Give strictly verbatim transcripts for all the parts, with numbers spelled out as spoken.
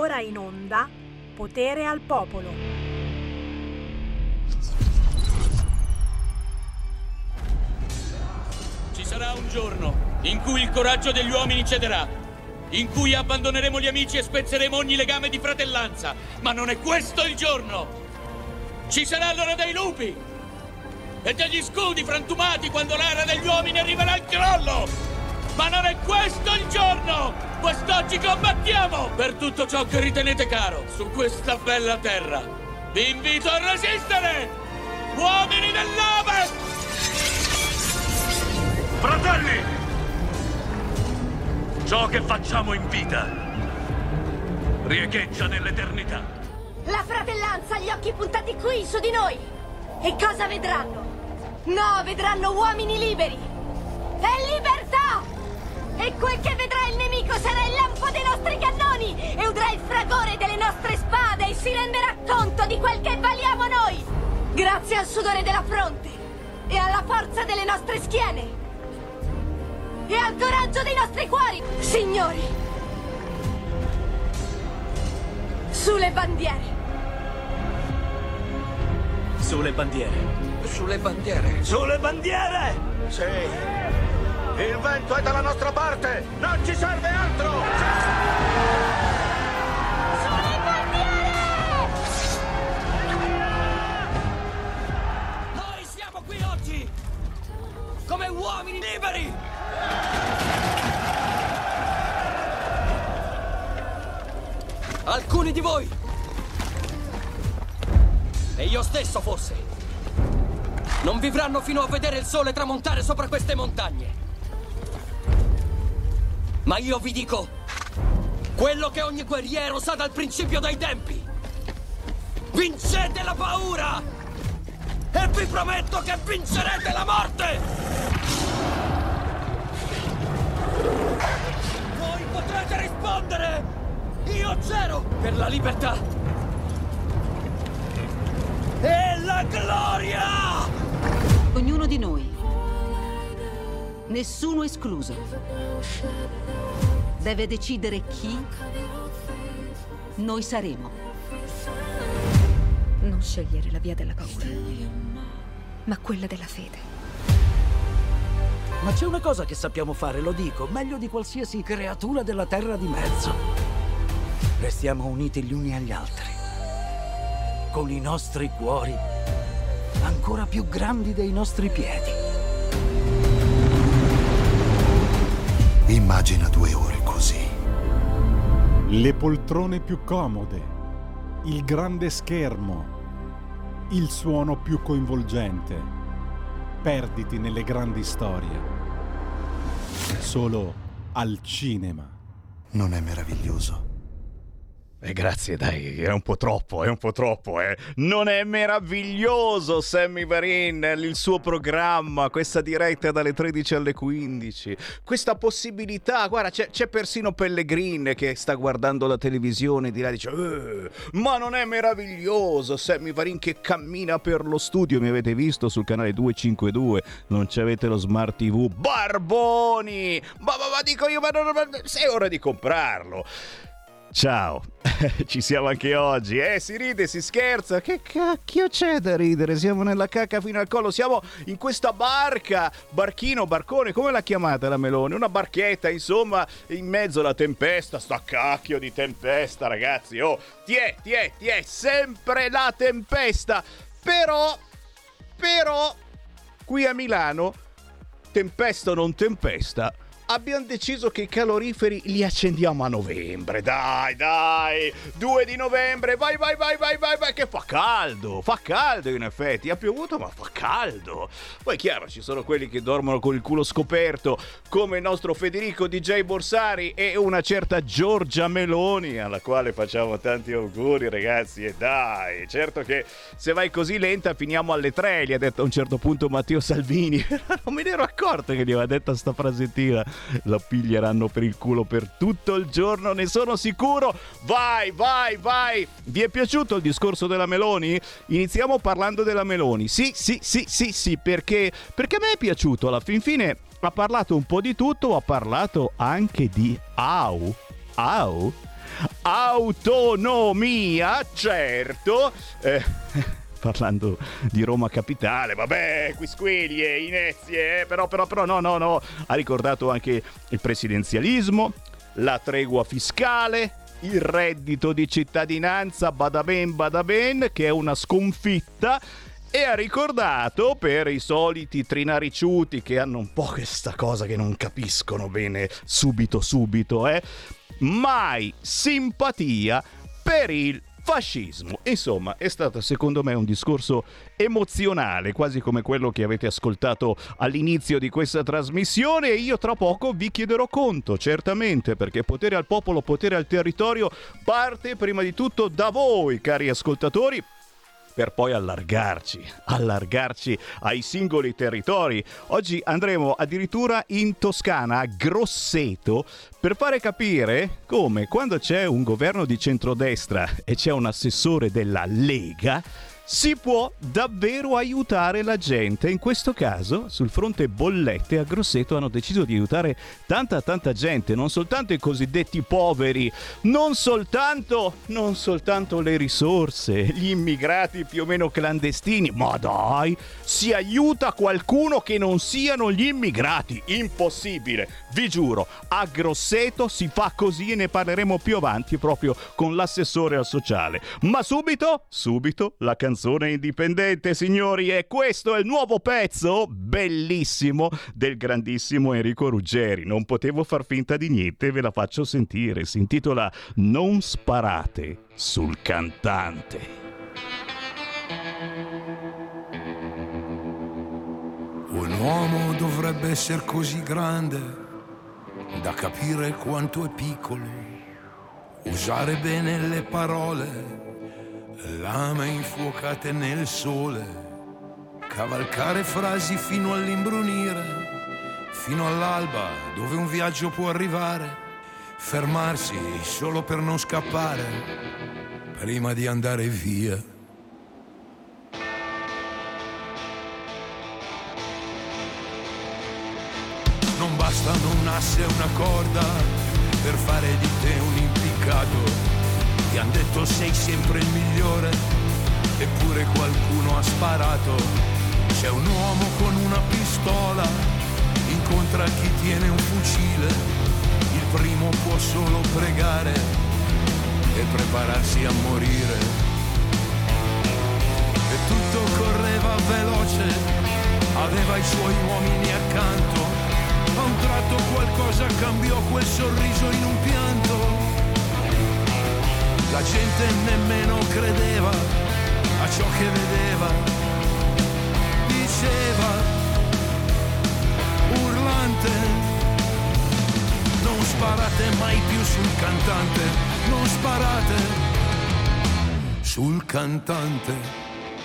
ora in onda Potere al Popolo. Ci sarà un giorno in cui il coraggio degli uomini cederà, in cui abbandoneremo gli amici e spezzeremo ogni legame di fratellanza, ma non è questo il giorno! Ci sarà l'ora dei lupi e degli scudi frantumati quando l'era degli uomini arriverà al crollo! Ma non è questo il giorno! Quest'oggi combattiamo per tutto ciò che ritenete caro su questa bella terra. Vi invito a resistere! Uomini dell'Ovest! Fratelli! Ciò che facciamo in vita riecheggia nell'eternità. La fratellanza ha gli occhi puntati qui, su di noi! E cosa vedranno? No, vedranno uomini liberi! E libertà! E quel che vedrà il nemico sarà il lampo dei nostri cannoni e udrà il fragore delle nostre spade e si renderà conto di quel che valiamo noi! Grazie al sudore della fronte e alla forza delle nostre schiene e al coraggio dei nostri cuori, signori! Sulle bandiere! Sulle bandiere! Sulle bandiere! Sulle bandiere! Sì! Il vento è dalla nostra parte! Non ci serve altro! Sulle bandiere! Noi siamo qui oggi come uomini liberi! Alcuni di voi, e io stesso forse, non vivranno fino a vedere il sole tramontare sopra queste montagne. Ma io vi dico quello che ogni guerriero sa dal principio dei tempi. Vincete la paura! E vi prometto che vincerete la morte! Voi potrete rispondere! Io c'ero per la libertà! E la gloria! Ognuno di noi, nessuno escluso, deve decidere chi noi saremo. Non scegliere la via della paura, ma quella della fede. Ma c'è una cosa che sappiamo fare, lo dico, meglio di qualsiasi creatura della terra di mezzo. Restiamo uniti gli uni agli altri, con i nostri cuori ancora più grandi dei nostri piedi. Immagina due ore così. Le poltrone più comode, il grande schermo, il suono più coinvolgente. Perditi nelle grandi storie. Solo al cinema. Non è meraviglioso? Eh, grazie, dai, è un po' troppo, è un po' troppo, eh. Non è meraviglioso, Sammy Varin, il suo programma, questa diretta dalle tredici alle quindici, questa possibilità, guarda, c'è, c'è persino Pellegrin che sta guardando la televisione di là e dice eh, ma non è meraviglioso, Sammy Varin che cammina per lo studio, mi avete visto sul canale duecentocinquantadue, non c'avete lo smart tivù, barboni, ma, ma, ma dico io, ma, non, ma è ora di comprarlo. Ciao, ci siamo anche oggi, eh, si ride, si scherza, che cacchio c'è da ridere, siamo nella cacca fino al collo, siamo in questa barca, barchino, barcone, come la chiamate la Meloni? Una barchetta, insomma, in mezzo alla tempesta, sta cacchio di tempesta ragazzi, oh, ti è, ti è, ti è, sempre la tempesta, però, però, qui a Milano, tempesta o non tempesta, abbiamo deciso che i caloriferi li accendiamo a novembre, dai, dai, due di novembre, vai, vai, vai, vai, vai, vai, che fa caldo, fa caldo in effetti, ha piovuto ma fa caldo. Poi chiaro, ci sono quelli che dormono con il culo scoperto, come il nostro Federico D J Borsari e una certa Giorgia Meloni, alla quale facciamo tanti auguri ragazzi, e dai, certo che se vai così lenta finiamo alle tre, gli ha detto a un certo punto Matteo Salvini, non me ne ero accorto che gli aveva detto sta frasettina. La piglieranno per il culo per tutto il giorno, ne sono sicuro. Vai, vai, vai. Vi è piaciuto il discorso della Meloni? Iniziamo parlando della Meloni. Sì, sì, sì, sì, sì, perché perché a me è piaciuto. Alla fin fine ha parlato un po' di tutto, ha parlato anche di Au. Au. autonomia, certo. Eh, parlando di Roma Capitale, vabbè, quisquilie, inezie, eh, però, però, però, no, no, no. Ha ricordato anche il presidenzialismo, la tregua fiscale, il reddito di cittadinanza, bada ben, bada ben, che è una sconfitta. E ha ricordato, per i soliti trinariciuti che hanno un po' questa cosa che non capiscono bene subito subito, eh, mai simpatia per il fascismo. Insomma, è stato secondo me un discorso emozionale, quasi come quello che avete ascoltato all'inizio di questa trasmissione, e io tra poco vi chiederò conto, certamente, perché potere al popolo, potere al territorio parte prima di tutto da voi, cari ascoltatori, per poi allargarci, allargarci ai singoli territori. Oggi andremo addirittura in Toscana, a Grosseto, per fare capire come quando c'è un governo di centrodestra e c'è un assessore della Lega, si può davvero aiutare la gente. In questo caso, sul fronte bollette, a Grosseto hanno deciso di aiutare tanta tanta gente, non soltanto i cosiddetti poveri, non soltanto, non soltanto le risorse, gli immigrati più o meno clandestini, ma dai, si aiuta qualcuno che non siano gli immigrati, impossibile, vi giuro. A Grosseto si fa così e ne parleremo più avanti proprio con l'assessore al sociale. Ma subito, subito la canzone indipendente, signori, e questo è il nuovo pezzo bellissimo del grandissimo Enrico Ruggeri. Non potevo far finta di niente, ve la faccio sentire. Si intitola Non sparate sul cantante. Un uomo dovrebbe essere così grande da capire quanto è piccolo, usare bene le parole, lame infuocate nel sole, cavalcare frasi fino all'imbrunire, fino all'alba dove un viaggio può arrivare, fermarsi solo per non scappare prima di andare via. Non bastano un asse e una corda per fare di te un impiccato. Ti han detto sei sempre il migliore, eppure qualcuno ha sparato. C'è un uomo con una pistola, incontra chi tiene un fucile. Il primo può solo pregare e prepararsi a morire. E tutto correva veloce, aveva i suoi uomini accanto. A un tratto qualcosa cambiò, quel sorriso in un pianto. La gente nemmeno credeva a ciò che vedeva. Diceva, urlante, non sparate mai più sul cantante, non sparate sul cantante.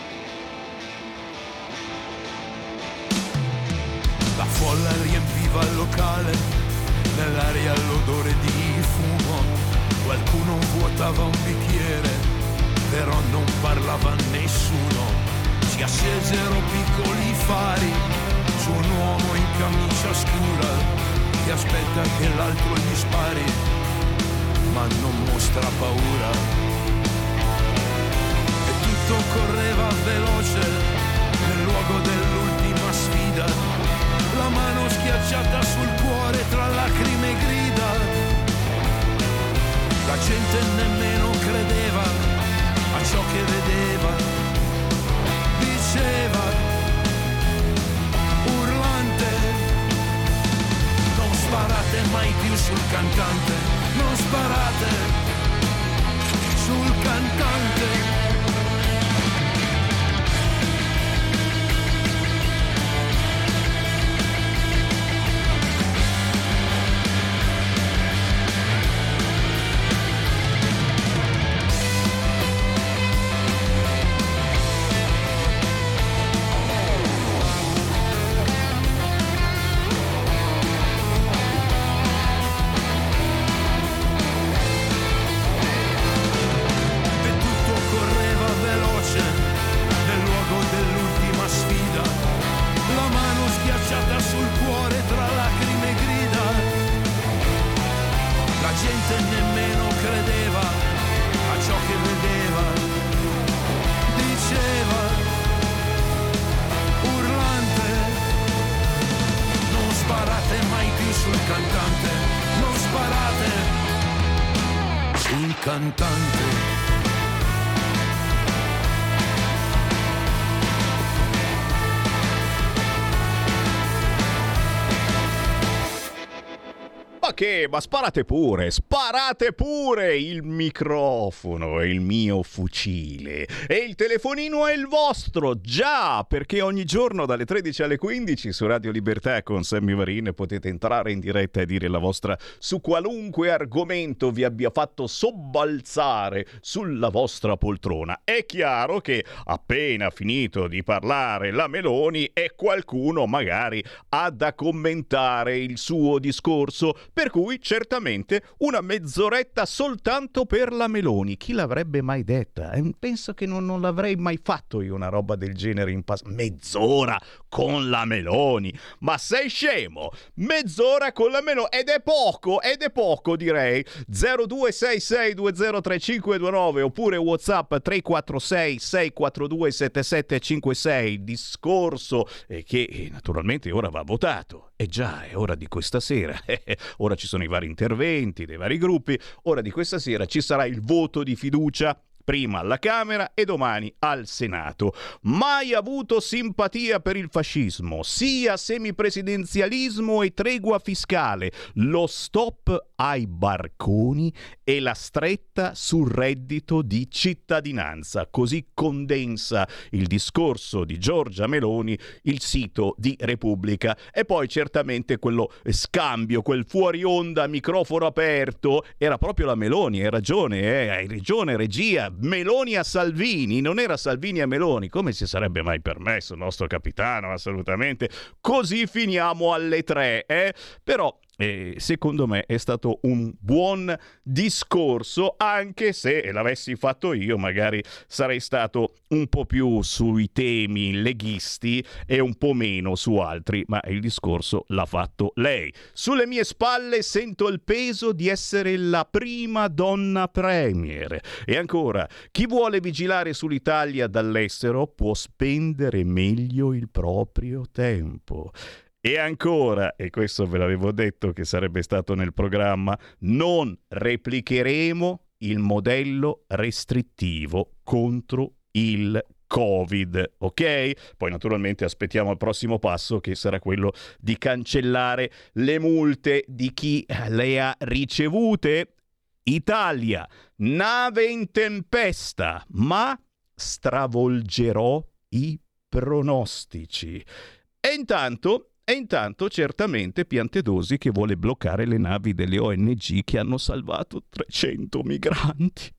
La folla riempiva il locale, nell'aria l'odore di fumo. Qualcuno vuotava un bicchiere, però non parlava nessuno. Si accesero piccoli fari su un uomo in camicia scura che aspetta che l'altro gli spari, ma non mostra paura. E tutto correva veloce nel luogo dell'ultima sfida. La mano schiacciata sul cuore tra lacrime e grida. La gente nemmeno credeva a ciò che vedeva. Diceva, urlante, non sparate mai più sul cantante, non sparate sul cantante. Sul cuore tra lacrime e grida, la gente nemmeno credeva a ciò che vedeva, diceva urlante: non sparate mai più sul cantante, non sparate sul cantante. Ma che? Ma sparate pure, sparate pure! Il microfono è il mio fucile e il telefonino è il vostro, già, perché ogni giorno dalle tredici alle quindici su Radio Libertà con Sammy Varin potete entrare in diretta e dire la vostra su qualunque argomento vi abbia fatto sobbalzare sulla vostra poltrona. È chiaro che appena finito di parlare la Meloni e qualcuno magari ha da commentare il suo discorso, per cui certamente una mezz'oretta soltanto per la Meloni. Chi l'avrebbe mai detta? Eh, penso che non, non l'avrei mai fatto io una roba del genere in passato. Mezz'ora con la Meloni? Ma sei scemo? Mezz'ora con la Meloni? Ed è poco, ed è poco direi. zero due sei sei due zero tre cinque due nove oppure WhatsApp tre quattro sei sei quattro due sette sette cinque sei. Discorso eh, che eh, naturalmente ora va votato. E già, è ora di questa sera. Ora ci sono i vari interventi dei vari gruppi. Ora di questa sera ci sarà il voto di fiducia, prima alla Camera e domani al Senato. Mai avuto simpatia per il fascismo, sia semipresidenzialismo e tregua fiscale, lo stop ai barconi e la stretta sul reddito di cittadinanza. Così condensa il discorso di Giorgia Meloni il sito di Repubblica. E poi certamente quello scambio, quel fuori onda, microfono aperto, era proprio la Meloni. Hai ragione, eh? Hai ragione, regia. Meloni a Salvini, non era Salvini a Meloni. Come si sarebbe mai permesso, nostro capitano? Assolutamente. Così finiamo alle tre, eh? Però E secondo me è stato un buon discorso, anche se l'avessi fatto io magari sarei stato un po' più sui temi leghisti e un po' meno su altri, ma il discorso l'ha fatto lei. Sulle mie spalle sento il peso di essere la prima donna premier. E ancora, chi vuole vigilare sull'Italia dall'estero può spendere meglio il proprio tempo. E ancora, e questo ve l'avevo detto che sarebbe stato nel programma, non replicheremo il modello restrittivo contro il Covid, ok? Poi naturalmente aspettiamo il prossimo passo, che sarà quello di cancellare le multe di chi le ha ricevute. Italia, nave in tempesta, ma stravolgerò i pronostici. E intanto E intanto certamente Piantedosi che vuole bloccare le navi delle O N G che hanno salvato trecento migranti.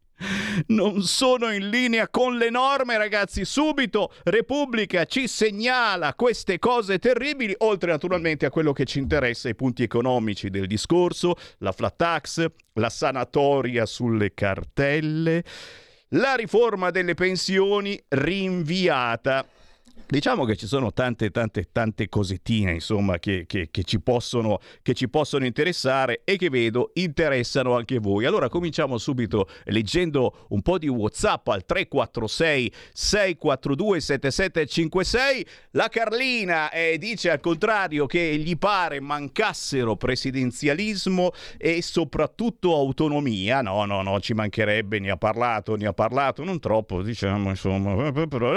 Non sono in linea con le norme, ragazzi. Subito Repubblica ci segnala queste cose terribili, oltre naturalmente a quello che ci interessa, i punti economici del discorso, la flat tax, la sanatoria sulle cartelle, la riforma delle pensioni rinviata. Diciamo che ci sono tante tante tante cosettine, insomma, che, che, che ci possono che ci possono interessare e che vedo interessano anche voi. Allora cominciamo subito leggendo un po' di WhatsApp al tre quattro sei sei quattro due sette sette cinque sei. La Carlina eh, dice al contrario che gli pare mancassero presidenzialismo e soprattutto autonomia. No, no, no, ci mancherebbe, ne ha parlato, ne ha parlato, non troppo, diciamo, insomma.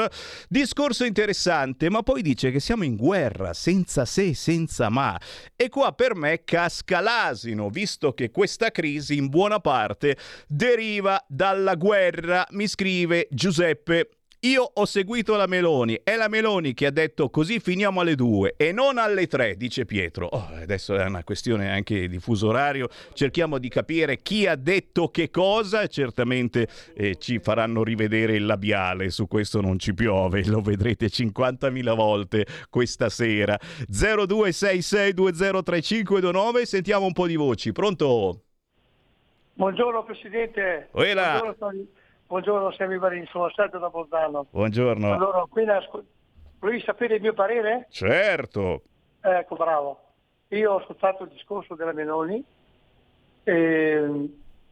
Discorso interessante. Ma poi dice che siamo in guerra senza se, senza ma. E qua per me casca l'asino, visto che questa crisi in buona parte deriva dalla guerra, mi scrive Giuseppe. Io ho seguito la Meloni, è la Meloni che ha detto così finiamo alle due e non alle tre, dice Pietro. Oh, adesso è una questione anche di fuso orario, cerchiamo di capire chi ha detto che cosa e certamente eh, ci faranno rivedere il labiale, su questo non ci piove, lo vedrete cinquantamila volte questa sera. zero due sei sei due zero tre cinque due nove, sentiamo un po' di voci, pronto? Buongiorno Presidente. Buona. Buongiorno, Buongiorno Sammy Varin, sono stato da Bolzano. Buongiorno. Allora, appena ascol- volevi sapere il mio parere? Certo. Ecco, bravo. Io ho ascoltato il discorso della Meloni e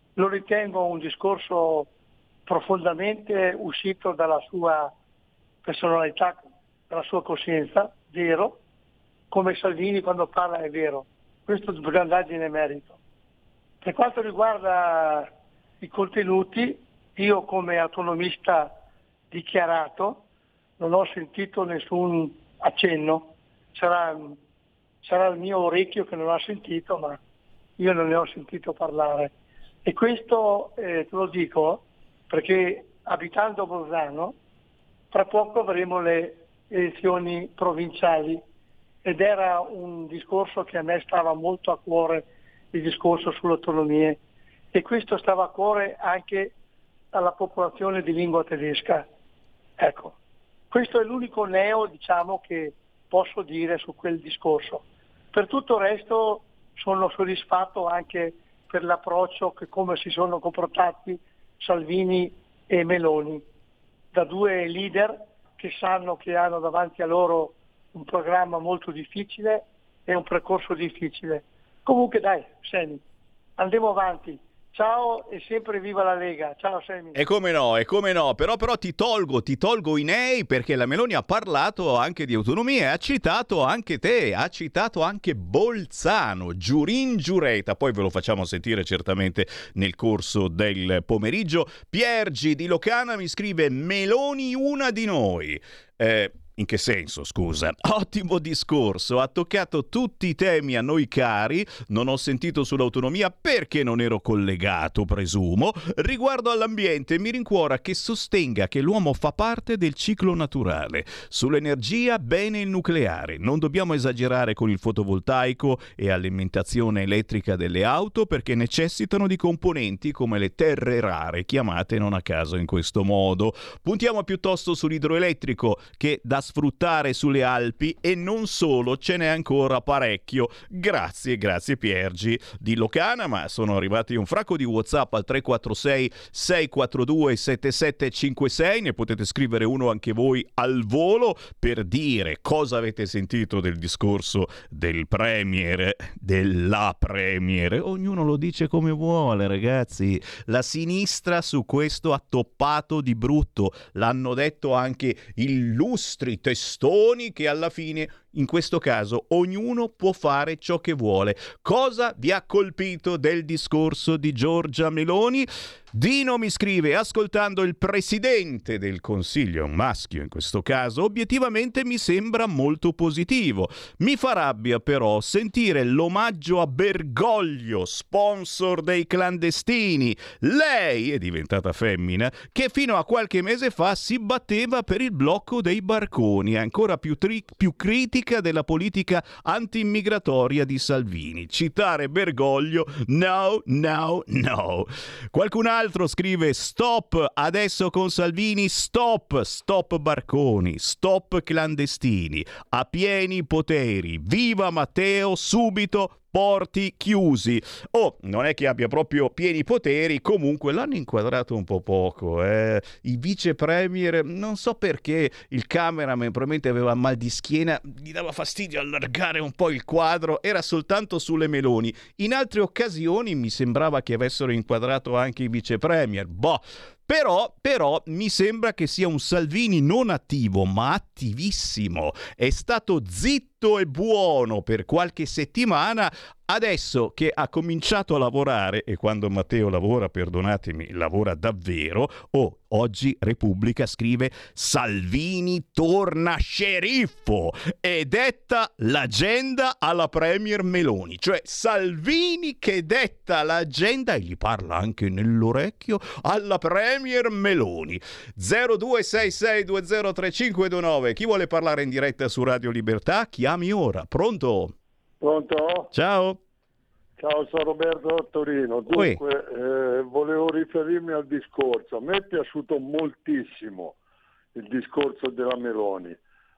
lo ritengo un discorso profondamente uscito dalla sua personalità, dalla sua coscienza, vero, come Salvini quando parla è vero. Questo bisogna andargliene merito. Per quanto riguarda i contenuti, io come autonomista dichiarato non ho sentito nessun accenno, sarà, sarà il mio orecchio che non ha sentito, ma io non ne ho sentito parlare. E questo eh, te lo dico perché abitando a Bolzano, tra poco avremo le elezioni provinciali ed era un discorso che a me stava molto a cuore, il discorso sulle autonomie, e questo stava a cuore anche alla popolazione di lingua tedesca. Ecco, questo è l'unico neo, diciamo, che posso dire su quel discorso. Per tutto il resto sono soddisfatto anche per l'approccio che come si sono comportati Salvini e Meloni, da due leader che sanno che hanno davanti a loro un programma molto difficile e un percorso difficile. Comunque dai, Semi, andiamo avanti. Ciao e sempre viva la Lega. Ciao Semi. E come no, e come no, però però ti tolgo, ti tolgo i nei perché la Meloni ha parlato anche di autonomia e ha citato anche te, ha citato anche Bolzano, giurin giureta, poi ve lo facciamo sentire certamente nel corso del pomeriggio. Piergi di Locana mi scrive Meloni una di noi. Eh, In che senso, scusa? Ottimo discorso, ha toccato tutti i temi a noi cari, non ho sentito sull'autonomia perché non ero collegato, presumo. Riguardo all'ambiente, mi rincuora che sostenga che l'uomo fa parte del ciclo naturale. Sull'energia, bene il nucleare. Non dobbiamo esagerare con il fotovoltaico e alimentazione elettrica delle auto perché necessitano di componenti come le terre rare, chiamate non a caso in questo modo. Puntiamo piuttosto sull'idroelettrico che da sfruttare sulle Alpi e non solo, ce n'è ancora parecchio. Grazie, grazie Piergi di Locana, ma sono arrivati un fracco di WhatsApp al tre quattro sei sei quattro due sette sette cinque sei, ne potete scrivere uno anche voi al volo per dire cosa avete sentito del discorso del premier, della premier. Ognuno lo dice come vuole, ragazzi. La sinistra su questo ha toppato di brutto, l'hanno detto anche illustri testoni che alla fine, in questo caso, ognuno può fare ciò che vuole. Cosa vi ha colpito del discorso di Giorgia Meloni? Dino mi scrive, ascoltando il presidente del Consiglio, un maschio in questo caso, obiettivamente mi sembra molto positivo. Mi fa rabbia però sentire l'omaggio a Bergoglio, sponsor dei clandestini. Lei è diventata femmina, che fino a qualche mese fa si batteva per il blocco dei barconi, ancora più, tri- più critica della politica anti-immigratoria di Salvini. Citare Bergoglio, no, no, no. Qualcun altro altro scrive stop adesso con Salvini, stop, stop barconi, stop clandestini, a pieni poteri, viva Matteo subito, porti chiusi. Oh, non è che abbia proprio pieni poteri, comunque l'hanno inquadrato un po' poco. Eh. I vice premier, non so perché il cameraman probabilmente aveva mal di schiena, gli dava fastidio allargare un po' il quadro, era soltanto sulle Meloni. In altre occasioni mi sembrava che avessero inquadrato anche i vice premier. Boh. Però, però mi sembra che sia un Salvini non attivo, ma attivissimo. È stato zitto e buono per qualche settimana. Adesso che ha cominciato a lavorare, e quando Matteo lavora, perdonatemi, lavora davvero, oh, oggi Repubblica scrive Salvini torna sceriffo e detta l'agenda alla premier Meloni. Cioè Salvini che detta l'agenda e gli parla anche nell'orecchio alla premier Meloni. zero due sei sei due zero tre cinque due nove. Chi vuole parlare in diretta su Radio Libertà? Chiami ora. Pronto? Pronto? Ciao. Ciao, sono Roberto da Torino. Dunque, eh, volevo riferirmi al discorso. A me è piaciuto moltissimo il discorso della Meloni.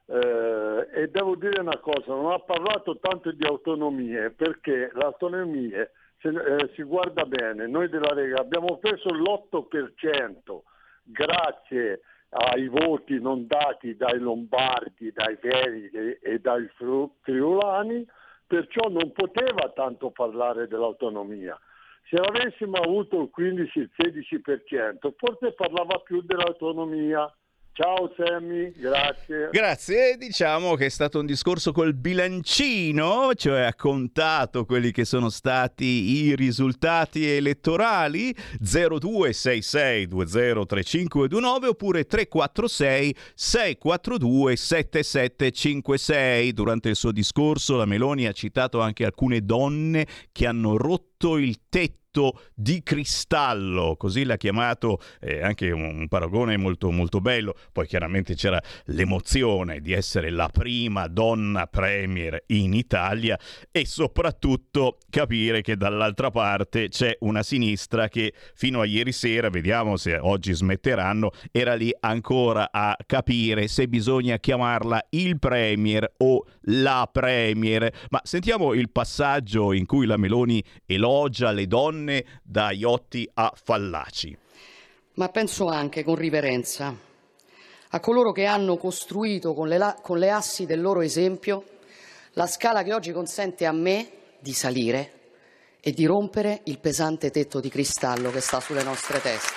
Eh, e devo dire una cosa, non ha parlato tanto di autonomie, perché le autonomie, se eh, si guarda bene, noi della Lega abbiamo preso l'otto per cento grazie ai voti non dati dai lombardi, dai veneti e dai friulani, perciò non poteva tanto parlare dell'autonomia. Se avessimo avuto il quindici, il sedici per cento, forse parlava più dell'autonomia. Ciao Sammy, grazie. Grazie, diciamo che è stato un discorso col bilancino, cioè ha contato quelli che sono stati i risultati elettorali. Zero due sei sei due zero tre cinque due nove oppure tre quattro sei sei quattro due sette sette cinque sei. Durante il suo discorso la Meloni ha citato anche alcune donne che hanno rotto il tetto di cristallo, così l'ha chiamato, eh, anche un, un paragone molto molto bello. Poi chiaramente c'era l'emozione di essere la prima donna premier in Italia e soprattutto capire che dall'altra parte c'è una sinistra che fino a ieri sera, vediamo se oggi smetteranno, era lì ancora a capire se bisogna chiamarla il premier o la premier. Ma sentiamo il passaggio in cui la Meloni elogia le donne da iotti a fallaci. Ma penso anche con riverenza a coloro che hanno costruito con le, la- con le assi del loro esempio la scala che oggi consente a me di salire e di rompere il pesante tetto di cristallo che sta sulle nostre teste.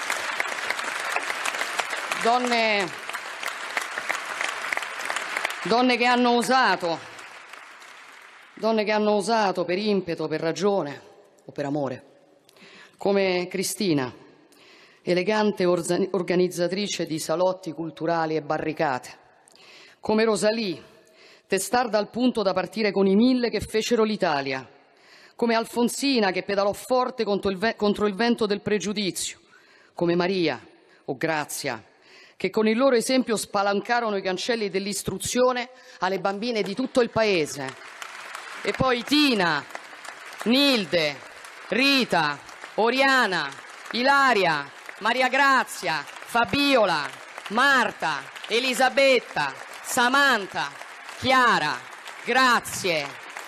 Donne, donne che hanno osato, donne che hanno osato per impeto, per ragione o per amore, come Cristina, elegante orza- organizzatrice di salotti culturali e barricate, come Rosalì, testarda al punto da partire con i mille che fecero l'Italia, come Alfonsina che pedalò forte contro il, ve- contro il vento del pregiudizio, come Maria o Grazia, che con il loro esempio spalancarono i cancelli dell'istruzione alle bambine di tutto il paese, e poi Tina, Nilde, Rita, Oriana, Ilaria, Maria Grazia, Fabiola, Marta, Elisabetta, Samantha, Chiara. Grazie,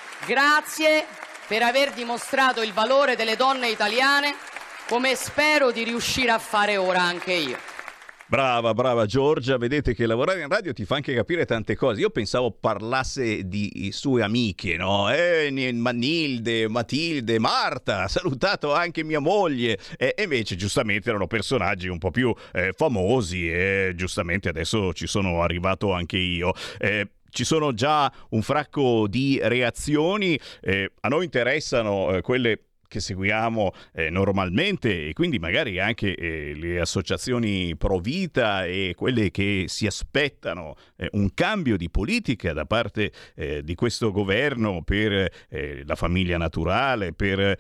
grazie per aver dimostrato il valore delle donne italiane, come spero di riuscire a fare ora anche io. Brava, brava Giorgia, vedete che lavorare in radio ti fa anche capire tante cose. Io pensavo parlasse di sue amiche, no? Eh, Manilde, Matilde, Marta, ha salutato anche mia moglie. E eh, invece giustamente erano personaggi un po' più eh, famosi e giustamente adesso ci sono arrivato anche io. Eh, Ci sono già un fracco di reazioni, eh, a noi interessano eh, quelle che seguiamo eh, normalmente, e quindi magari anche eh, le associazioni pro vita e quelle che si aspettano eh, un cambio di politica da parte eh, di questo governo per eh, la famiglia naturale, per eh,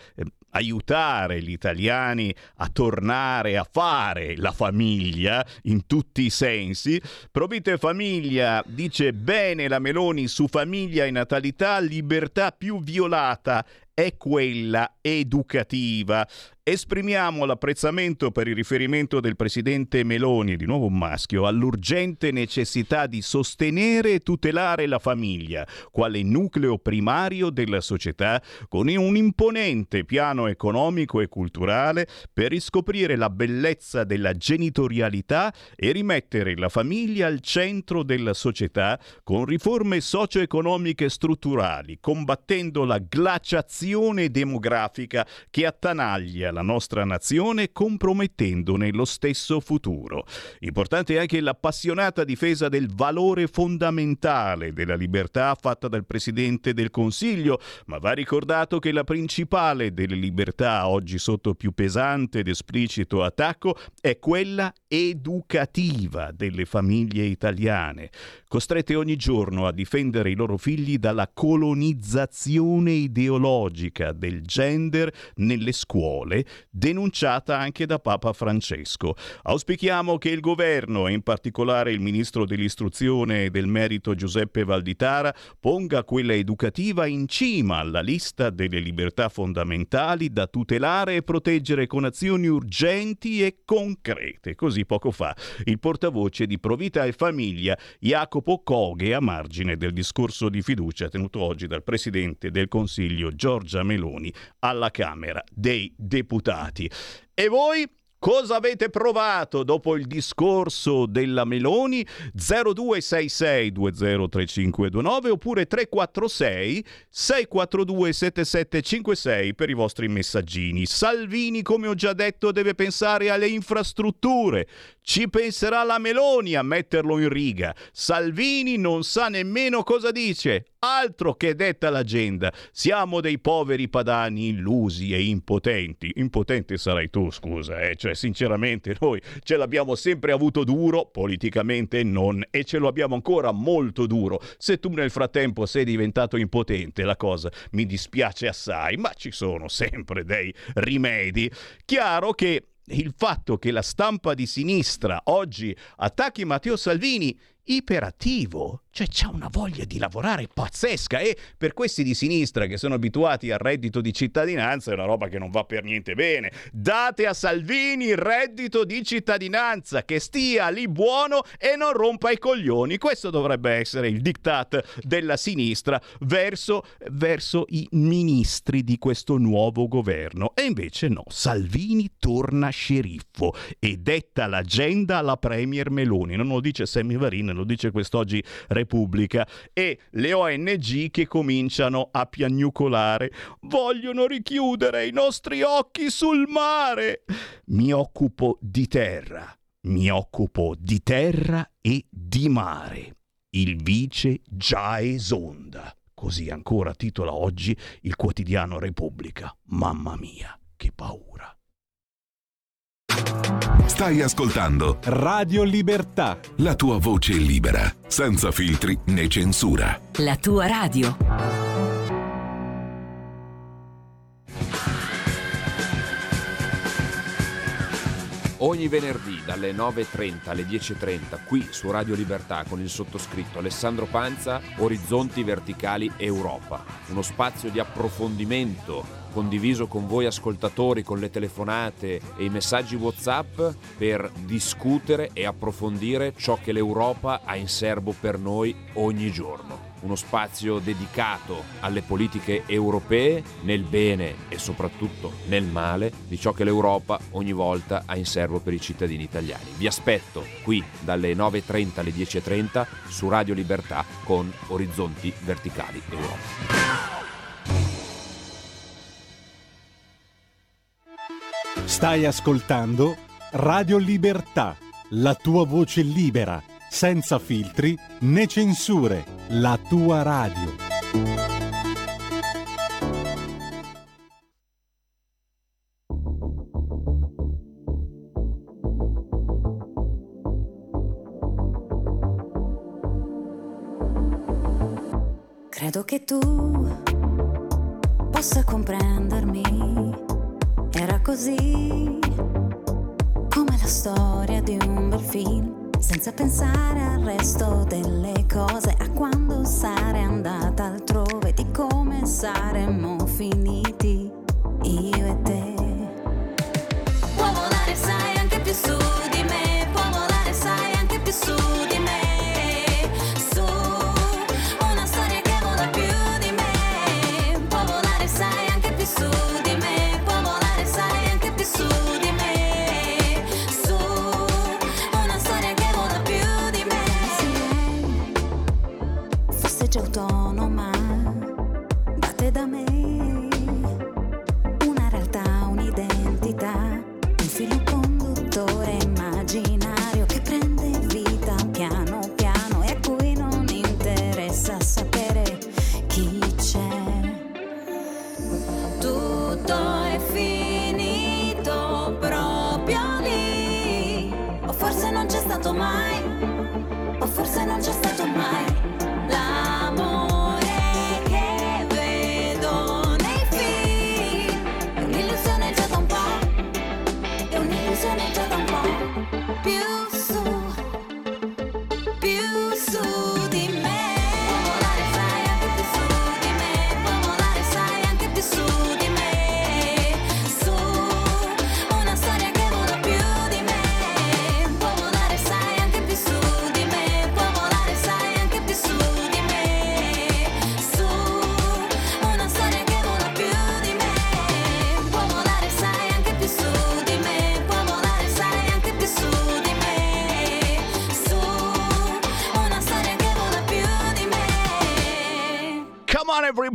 aiutare gli italiani a tornare a fare la famiglia in tutti i sensi. Provite Famiglia dice: bene la Meloni su famiglia e natalità, libertà più violata è quella educativa. Esprimiamo l'apprezzamento per il riferimento del presidente Meloni, di nuovo un maschio, all'urgente necessità di sostenere e tutelare la famiglia quale nucleo primario della società, con un imponente piano economico e culturale per riscoprire la bellezza della genitorialità e rimettere la famiglia al centro della società con riforme socio-economiche strutturali, combattendo la glaciazione demografica che attanaglia la nostra nazione, compromettendone lo stesso futuro. Importante anche l'appassionata difesa del valore fondamentale della libertà fatta dal Presidente del Consiglio, ma va ricordato che la principale delle libertà oggi sotto più pesante ed esplicito attacco è quella educativa delle famiglie italiane, costrette ogni giorno a difendere i loro figli dalla colonizzazione ideologica del gender nelle scuole, denunciata anche da Papa Francesco. Auspichiamo che il governo, e in particolare il ministro dell'istruzione e del merito Giuseppe Valditara, ponga quella educativa in cima alla lista delle libertà fondamentali da tutelare e proteggere con azioni urgenti e concrete. Così poco fa il portavoce di Provita e Famiglia, Jacopo Coghe, a margine del discorso di fiducia tenuto oggi dal Presidente del Consiglio Giorgia Meloni alla Camera dei Deputati. E voi Cosa avete provato dopo il discorso della Meloni? zero due sei sei due zero tre cinque due nove oppure tre quattro sei sei quattro due sette sette cinque sei per i vostri messaggini. Salvini, come ho già detto, deve pensare alle infrastrutture. Ci penserà la Meloni a metterlo in riga. Salvini non sa nemmeno cosa dice. Altro che detta l'agenda. Siamo dei poveri padani illusi e impotenti. Impotente sarai tu, scusa, eh? Cioè, sinceramente, noi ce l'abbiamo sempre avuto duro, politicamente non, e ce lo abbiamo ancora molto duro. Se tu nel frattempo sei diventato impotente, la cosa mi dispiace assai, ma ci sono sempre dei rimedi. Chiaro che il fatto che la stampa di sinistra oggi attacchi Matteo Salvini iperattivo, cioè c'ha una voglia di lavorare pazzesca, e per questi di sinistra che sono abituati al reddito di cittadinanza è una roba che non va per niente bene. Date a Salvini il reddito di cittadinanza, che stia lì buono e non rompa i coglioni. Questo dovrebbe essere il diktat della sinistra verso, verso i ministri di questo nuovo governo, e invece no, Salvini torna sceriffo e detta l'agenda alla premier Meloni. Non lo dice Sammy Varin, lo dice quest'oggi Repubblica, e le O N G che cominciano a piagnucolare. Vogliono richiudere i nostri occhi sul mare. Mi occupo di terra, mi occupo di terra e di mare. Il vice già esonda. Così ancora titola oggi il quotidiano Repubblica. Mamma mia, che paura. Stai ascoltando Radio Libertà, la tua voce libera, senza filtri né censura. La tua radio. Ogni venerdì dalle nove e trenta alle dieci e trenta qui su Radio Libertà con il sottoscritto Alessandro Panza, Orizzonti Verticali Europa, uno spazio di approfondimento condiviso con voi ascoltatori, con le telefonate e i messaggi WhatsApp, per discutere e approfondire ciò che l'Europa ha in serbo per noi ogni giorno. Uno spazio dedicato alle politiche europee, nel bene e soprattutto nel male di ciò che l'Europa ogni volta ha in serbo per i cittadini italiani. Vi aspetto qui dalle nove e trenta alle dieci e trenta su Radio Libertà con Orizzonti Verticali Europa. Stai ascoltando Radio Libertà, la tua voce libera, senza filtri né censure, la tua radio. Credo che tu possa comprendermi. Era così, come la storia di un bel film, senza pensare al resto delle cose, a quando sarei andata altrove, di come saremmo finiti io e te. Può volare, sai, anche più su di me, può volare, sai, anche più su di me, su una storia che vola più di me, può volare, sai, anche più su di me. Su di me, su una storia che vola più di me. Se lei fosse già autonoma, batte da me una realtà, un'identità, un filo conduttore immaginario che prende vita piano piano e a cui non interessa sapere chi c'è. Tutto è finito proprio lì, o forse non c'è stato mai, o forse non c'è stato mai l'amore che vedo nei film. È un'illusione già da un po', è un'illusione già da un po'. Più su, più su di me. Può volare, sai, anche più su di me. Può volare, sai, anche più su di me. Su una storia che vola più di me. Può volare, sai, anche più su di me. Può volare, sai.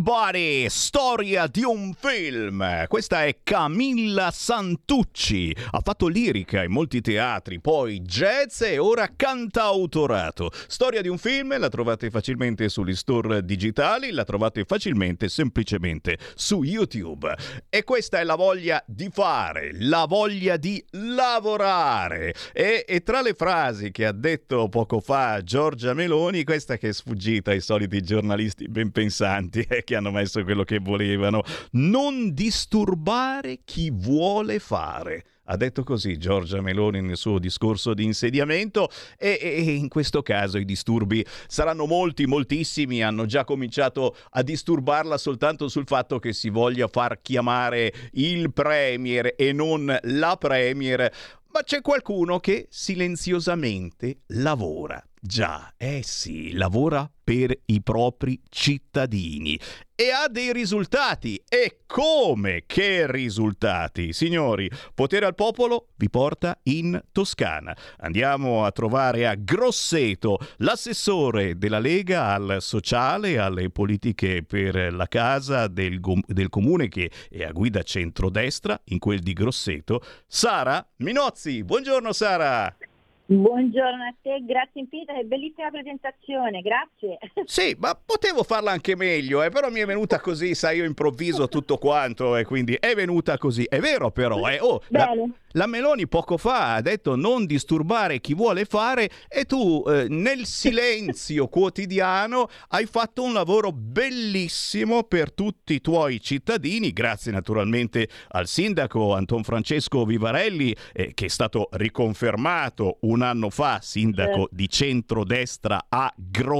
Everybody, storia di un film. Questa è Camilla Santucci. Ha fatto lirica in molti teatri, poi jazz e ora cantautorato. Storia di un film, la trovate facilmente sugli store digitali, la trovate facilmente semplicemente su YouTube. E questa è la voglia di fare, la voglia di lavorare. E, e tra le frasi che ha detto poco fa Giorgia Meloni, questa che è sfuggita ai soliti giornalisti ben pensanti eh, che hanno messo quello che volevano: non disturbare chi vuole fare. Ha detto così Giorgia Meloni nel suo discorso di insediamento e, e in questo caso i disturbi saranno molti, moltissimi. Hanno già cominciato a disturbarla soltanto sul fatto che si voglia far chiamare il premier e non la premier. Ma c'è qualcuno che silenziosamente lavora. Già, eh sì, lavora per i propri cittadini e ha dei risultati. E come? Che risultati? Signori, Potere al Popolo vi porta in Toscana. Andiamo a trovare a Grosseto l'assessore della Lega al sociale, alle politiche per la casa del, del comune che è a guida centrodestra, in quel di Grosseto, Sara Minozzi. Buongiorno Sara. Buongiorno a te, grazie infinita, che bellissima presentazione, grazie. Sì, ma potevo farla anche meglio, eh, però mi è venuta così, sai, io improvviso tutto quanto e quindi è venuta così. È vero però, eh. Oh, la, la Meloni poco fa ha detto non disturbare chi vuole fare e tu eh, nel silenzio quotidiano hai fatto un lavoro bellissimo per tutti i tuoi cittadini, grazie naturalmente al sindaco Anton Francesco Vivarelli eh, che è stato riconfermato un anno fa sindaco di centrodestra a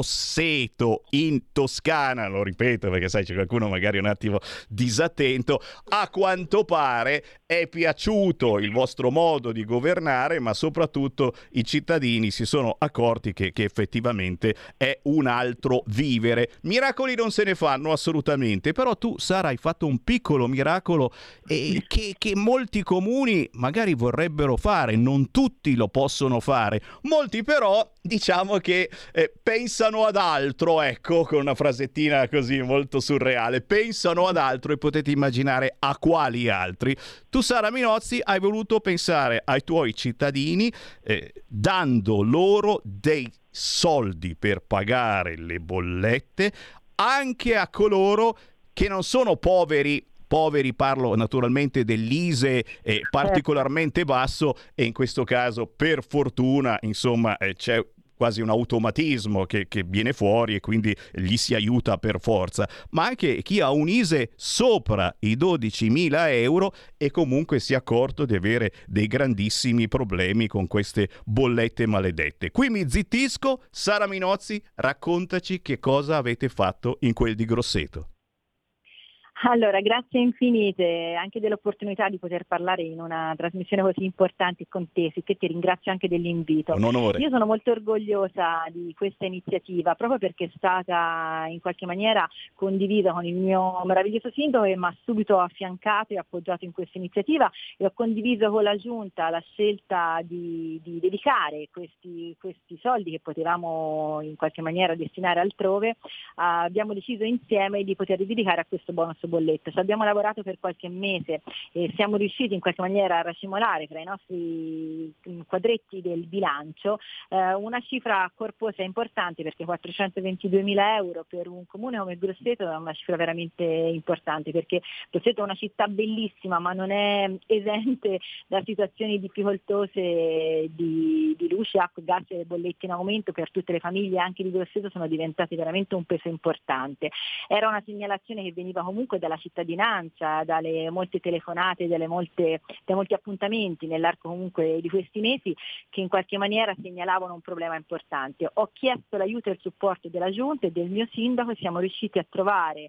Grosseto in Toscana, lo ripeto perché sai c'è qualcuno magari un attimo disattento. A quanto pare è piaciuto il vostro modo di governare, ma soprattutto i cittadini si sono accorti che, che effettivamente è un altro vivere. Miracoli non se ne fanno assolutamente, però tu Sara hai fatto un piccolo miracolo eh, che, che molti comuni magari vorrebbero fare, non tutti lo possono fare. Molti però diciamo che eh, pensano ad altro, ecco, con una frasettina così molto surreale, pensano ad altro e potete immaginare a quali altri. Tu Sara Minozzi hai voluto pensare ai tuoi cittadini eh, dando loro dei soldi per pagare le bollette anche a coloro che non sono poveri. Poveri, parlo naturalmente dell'I S E E eh, particolarmente basso e in questo caso per fortuna insomma eh, c'è quasi un automatismo che, che viene fuori e quindi gli si aiuta per forza, ma anche chi ha un I S E E sopra i dodicimila euro e comunque si è accorto di avere dei grandissimi problemi con queste bollette maledette. Qui mi zittisco, Sara Minozzi, raccontaci che cosa avete fatto in quel di Grosseto. Allora, grazie infinite anche dell'opportunità di poter parlare in una trasmissione così importante con te, che ti ringrazio anche dell'invito. Un onore. Io sono molto orgogliosa di questa iniziativa proprio perché è stata in qualche maniera condivisa con il mio meraviglioso sindaco che mi ha subito affiancato e appoggiato in questa iniziativa e ho condiviso con la Giunta la scelta di, di dedicare questi, questi soldi che potevamo in qualche maniera destinare altrove. Uh, abbiamo deciso insieme di poterli dedicare a questo bonus bollette. Ci abbiamo lavorato per qualche mese e siamo riusciti in qualche maniera a racimolare fra i nostri quadretti del bilancio eh, una cifra corposa e importante, perché quattrocentoventiduemila euro per un comune come Grosseto è una cifra veramente importante, perché Grosseto è una città bellissima ma non è esente da situazioni difficoltose di, di luce, acqua, gas e bollette in aumento. Per tutte le famiglie anche di Grosseto sono diventate veramente un peso importante. Era una segnalazione che veniva comunque dalla cittadinanza, dalle molte telefonate, dalle molte, dai molti appuntamenti nell'arco comunque di questi mesi che in qualche maniera segnalavano un problema importante. Ho chiesto l'aiuto e il supporto della Giunta e del mio sindaco e siamo riusciti a trovare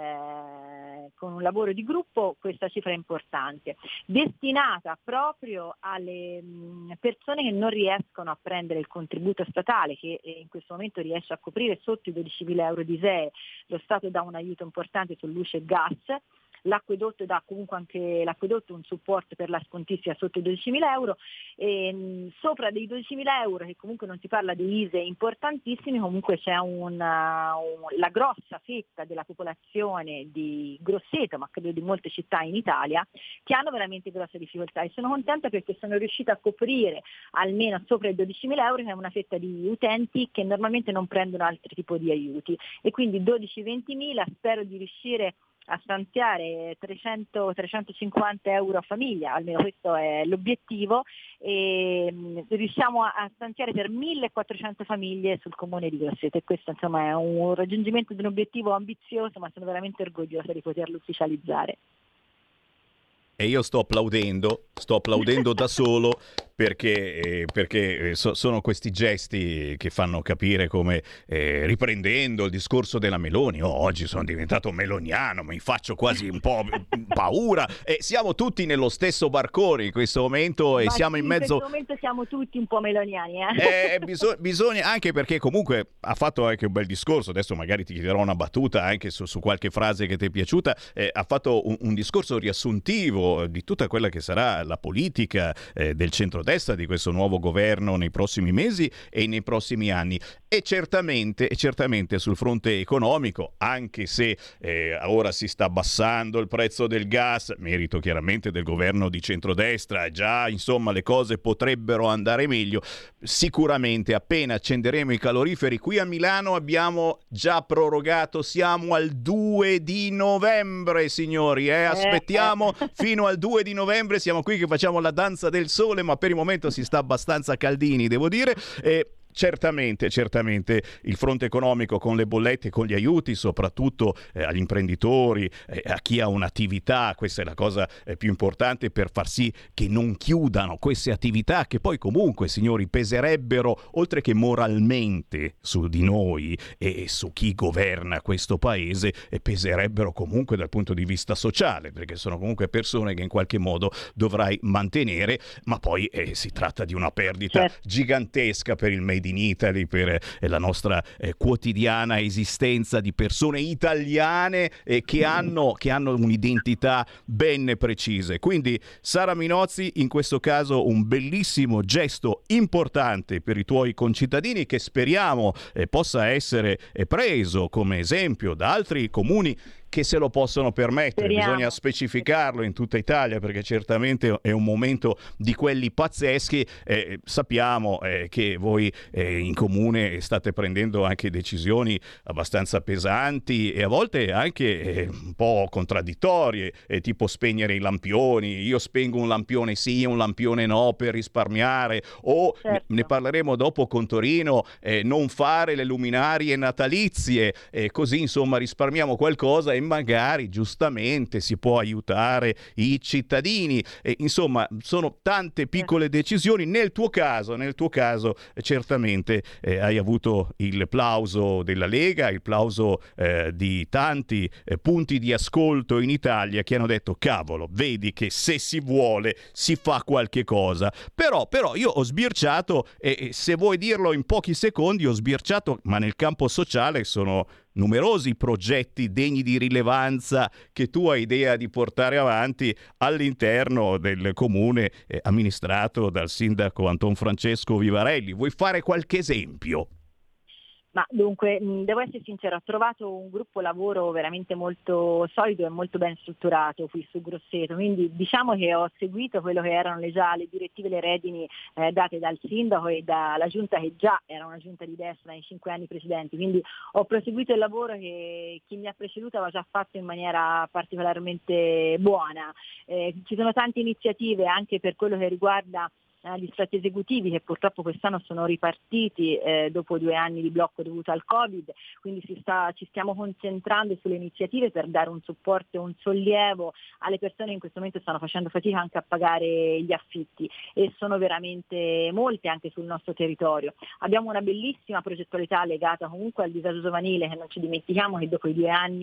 Eh, con un lavoro di gruppo questa cifra importante, destinata proprio alle mh, persone che non riescono a prendere il contributo statale, che eh, in questo momento riesce a coprire sotto i dodicimila euro di I S E E. Lo Stato dà un aiuto importante su luce e gas. l'acquedotto dà comunque anche l'acquedotto un supporto per la scontistica sotto i dodicimila euro, e mh, sopra dei dodicimila euro, che comunque non si parla di I S E importantissimi, comunque c'è una, un, la grossa fetta della popolazione di Grosseto, ma credo di molte città in Italia, che hanno veramente grosse difficoltà, e sono contenta perché sono riuscita a coprire almeno sopra i dodicimila euro, che è una fetta di utenti che normalmente non prendono altri tipi di aiuti, e quindi dodici ventimila spero di riuscire a stanziare trecento trecentocinquanta euro a famiglia, almeno questo è l'obiettivo, e mh, riusciamo a, a stanziare per millequattrocento famiglie sul comune di Grosseto, e questo insomma è un raggiungimento di un obiettivo ambizioso, ma sono veramente orgogliosa di poterlo ufficializzare. E io sto applaudendo, sto applaudendo da solo perché, eh, perché so, sono questi gesti che fanno capire come, eh, riprendendo il discorso della Meloni, oh, oggi sono diventato meloniano, mi faccio quasi un po' paura, e siamo tutti nello stesso barcone in questo momento, e Ma siamo sì, in mezzo... In questo momento siamo tutti un po' meloniani. Eh? Eh, biso- bisogna, anche perché comunque ha fatto anche un bel discorso, adesso magari ti chiederò una battuta anche su, su qualche frase che ti è piaciuta, eh, ha fatto un, un discorso riassuntivo di tutta quella che sarà la politica eh, del centrodestra, di questo nuovo governo nei prossimi mesi e nei prossimi anni, e certamente, e certamente sul fronte economico, anche se eh, ora si sta abbassando il prezzo del gas, merito chiaramente del governo di centrodestra, già insomma le cose potrebbero andare meglio, sicuramente appena accenderemo i caloriferi. Qui a Milano abbiamo già prorogato, siamo al due di novembre, signori, eh? aspettiamo fino al due di novembre, siamo qui che facciamo la danza del sole, ma per il momento si sta abbastanza caldini, devo dire. E certamente, certamente il fronte economico, con le bollette, con gli aiuti soprattutto eh, agli imprenditori, eh, a chi ha un'attività, questa è la cosa eh, più importante per far sì che non chiudano queste attività, che poi comunque, signori, peserebbero oltre che moralmente su di noi e su chi governa questo paese, e peserebbero comunque dal punto di vista sociale, perché sono comunque persone che in qualche modo dovrai mantenere, ma poi eh, si tratta di una perdita certo. gigantesca per il Made in Italy, per eh, la nostra eh, quotidiana esistenza di persone italiane eh, che hanno che hanno un'identità ben precise. Quindi Sara Minozzi, in questo caso un bellissimo gesto importante per i tuoi concittadini, che speriamo eh, possa essere eh, preso come esempio da altri comuni che se lo possono permettere. Speriamo. Bisogna specificarlo in tutta Italia, perché certamente è un momento di quelli pazzeschi. Eh, sappiamo eh, che voi eh, in comune state prendendo anche decisioni abbastanza pesanti e a volte anche eh, un po' contraddittorie, eh, tipo spegnere i lampioni. Io spengo un lampione sì, un lampione no per risparmiare, o certo. ne parleremo dopo con Torino, eh, non fare le luminarie natalizie, eh, così insomma risparmiamo qualcosa e magari giustamente si può aiutare i cittadini. E, insomma, sono tante piccole decisioni. Nel tuo caso, nel tuo caso eh, certamente eh, hai avuto il plauso della Lega, il plauso eh, di tanti eh, punti di ascolto in Italia che hanno detto: cavolo, vedi che se si vuole si fa qualche cosa. Però, però io ho sbirciato, e eh, se vuoi dirlo in pochi secondi, ho sbirciato, ma nel campo sociale sono numerosi progetti degni di rilevanza che tu hai idea di portare avanti all'interno del comune eh, amministrato dal sindaco Anton Francesco Vivarelli. Vuoi fare qualche esempio? Ma dunque, devo essere sincera, ho trovato un gruppo lavoro veramente molto solido e molto ben strutturato qui su Grosseto, quindi diciamo che ho seguito quello che erano le, già le direttive, le redini eh, date dal sindaco e dalla giunta, che già era una giunta di destra nei cinque anni precedenti, quindi ho proseguito il lavoro che chi mi ha preceduto aveva già fatto in maniera particolarmente buona. Eh, ci sono tante iniziative anche per quello che riguarda gli stati esecutivi, che purtroppo quest'anno sono ripartiti eh, dopo due anni di blocco dovuto al Covid, quindi si sta, ci stiamo concentrando sulle iniziative per dare un supporto e un sollievo alle persone che in questo momento stanno facendo fatica anche a pagare gli affitti, e sono veramente molte anche sul nostro territorio. Abbiamo una bellissima progettualità legata comunque al disagio giovanile, che non ci dimentichiamo che dopo i due anni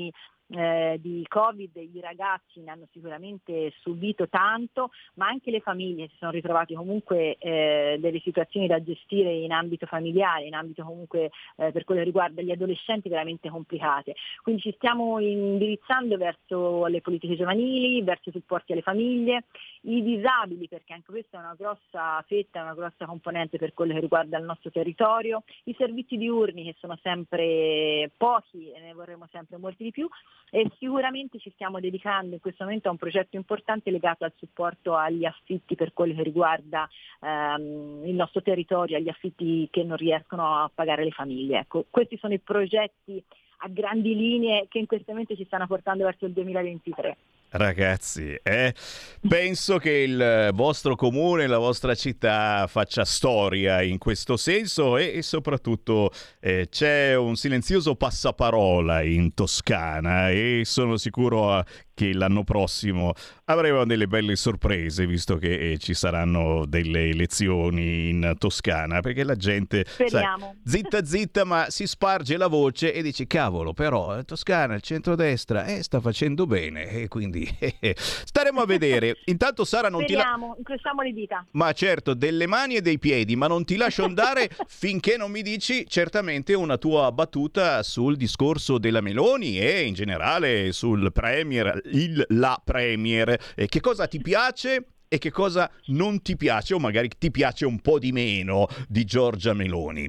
eh, di Covid i ragazzi ne hanno sicuramente subito tanto, ma anche le famiglie si sono ritrovate comunque eh, delle situazioni da gestire in ambito familiare, in ambito comunque eh, per quello che riguarda gli adolescenti veramente complicate. Quindi ci stiamo indirizzando verso le politiche giovanili, verso i supporti alle famiglie, i disabili, perché anche questa è una grossa fetta, una grossa componente per quello che riguarda il nostro territorio, i servizi diurni che sono sempre pochi e ne vorremmo sempre molti di più, e sicuramente ci stiamo dedicando in questo momento a un progetto importante legato al supporto agli affitti per quello che riguarda ehm, il nostro territorio, agli affitti che non riescono a pagare le famiglie. Ecco, questi sono i progetti a grandi linee che in questo momento ci stanno portando verso il duemilaventitré. Ragazzi, eh, penso che il vostro comune, la vostra città faccia storia in questo senso e, e soprattutto eh, c'è un silenzioso passaparola in Toscana e sono sicuro che l'anno prossimo avremo delle belle sorprese, visto che eh, ci saranno delle elezioni in Toscana, perché la gente sai, zitta zitta ma si sparge la voce e dice cavolo, però Toscana, il centrodestra eh, sta facendo bene e quindi staremo a vedere. Intanto Sara non Speriamo, ti la... incrociamo le dita. Ma certo, delle mani e dei piedi, ma non ti lascio andare finché non mi dici certamente una tua battuta sul discorso della Meloni e in generale sul Premier, il la Premier. E che cosa ti piace e che cosa non ti piace o magari ti piace un po' di meno di Giorgia Meloni?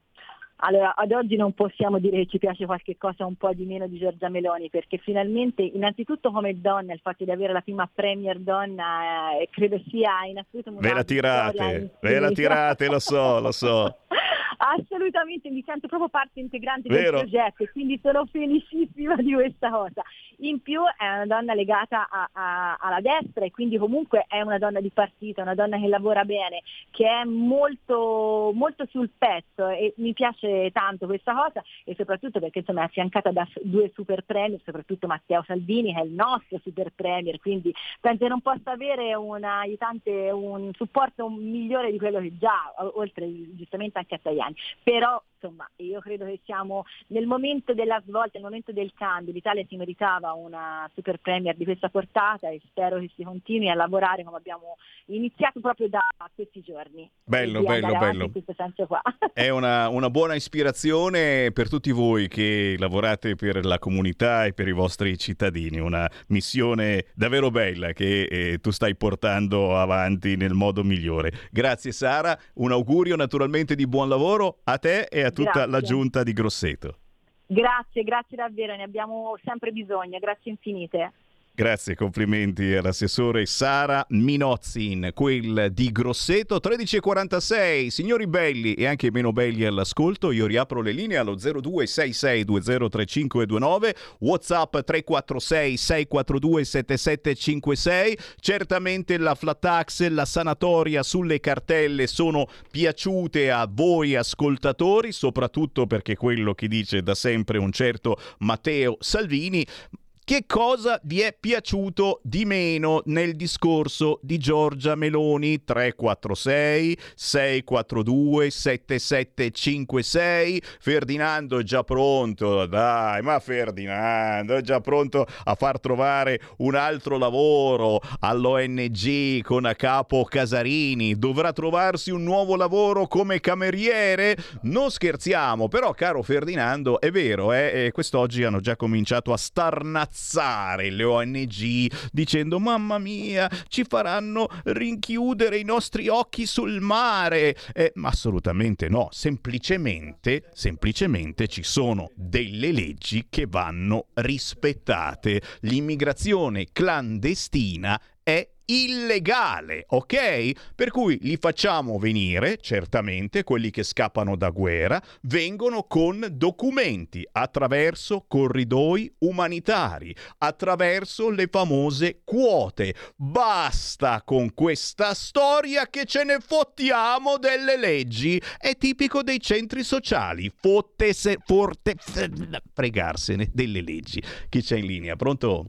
Allora, ad oggi non possiamo dire che ci piace qualche cosa un po' di meno di Giorgia Meloni, perché finalmente, innanzitutto come donna, il fatto di avere la prima premier donna eh, credo sia in assoluto una Ve la tirate, ve la tirate, lo so, lo so. Assolutamente, mi sento proprio parte integrante Vero. del progetto e quindi sono felicissima di questa cosa. In più è una donna legata a, a, alla destra e quindi comunque è una donna di partito, una donna che lavora bene, che è molto, molto sul pezzo e mi piace tanto questa cosa e soprattutto perché insomma è affiancata da due super premier, soprattutto Matteo Salvini che è il nostro super premier, quindi penso che non possa avere un aiutante, un supporto migliore di quello che già, oltre giustamente anche a Tajani. Però insomma io credo che siamo nel momento della svolta, nel momento del cambio. L'Italia si meritava una super premier di questa portata e spero che si continui a lavorare come abbiamo iniziato proprio da questi giorni. Bello, bello, bello. In questo senso qua. È una, una buona ispirazione per tutti voi che lavorate per la comunità e per i vostri cittadini, una missione davvero bella che eh, tu stai portando avanti nel modo migliore. Grazie Sara, un augurio naturalmente di buon lavoro a te e a tutta Grazie. la giunta di Grosseto. Grazie, grazie davvero, ne abbiamo sempre bisogno, grazie infinite. Grazie, complimenti all'assessore Sara Minozzin, quel di Grosseto. Tredici e quarantasei, signori belli e anche meno belli all'ascolto, io riapro le linee allo zero due sei sei due zero tre cinque due nove, WhatsApp tre quattro sei sei quattro due sette sette cinque sei. Certamente la flat tax, la sanatoria sulle cartelle sono piaciute a voi ascoltatori, soprattutto perché quello che dice da sempre un certo Matteo Salvini. Che cosa vi è piaciuto di meno nel discorso di Giorgia Meloni? tre quattro sei sei quattro due sette sette cinque sei. Ferdinando è già pronto, dai, ma Ferdinando è già pronto a far trovare un altro lavoro all'O N G con a capo Casarini. Dovrà trovarsi un nuovo lavoro come cameriere? Non scherziamo, però caro Ferdinando, è vero, eh, quest'oggi hanno già cominciato a starnazzare le O N G dicendo mamma mia ci faranno rinchiudere i nostri occhi sul mare, eh, ma assolutamente no, semplicemente semplicemente ci sono delle leggi che vanno rispettate. L'immigrazione clandestina è illegale, ok? Per cui li facciamo venire, certamente, quelli che scappano da guerra, vengono con documenti, attraverso corridoi umanitari, attraverso le famose quote. Basta con questa storia che ce ne fottiamo delle leggi. È tipico dei centri sociali, fottese, forte, fregarsene delle leggi. Chi c'è in linea? Pronto?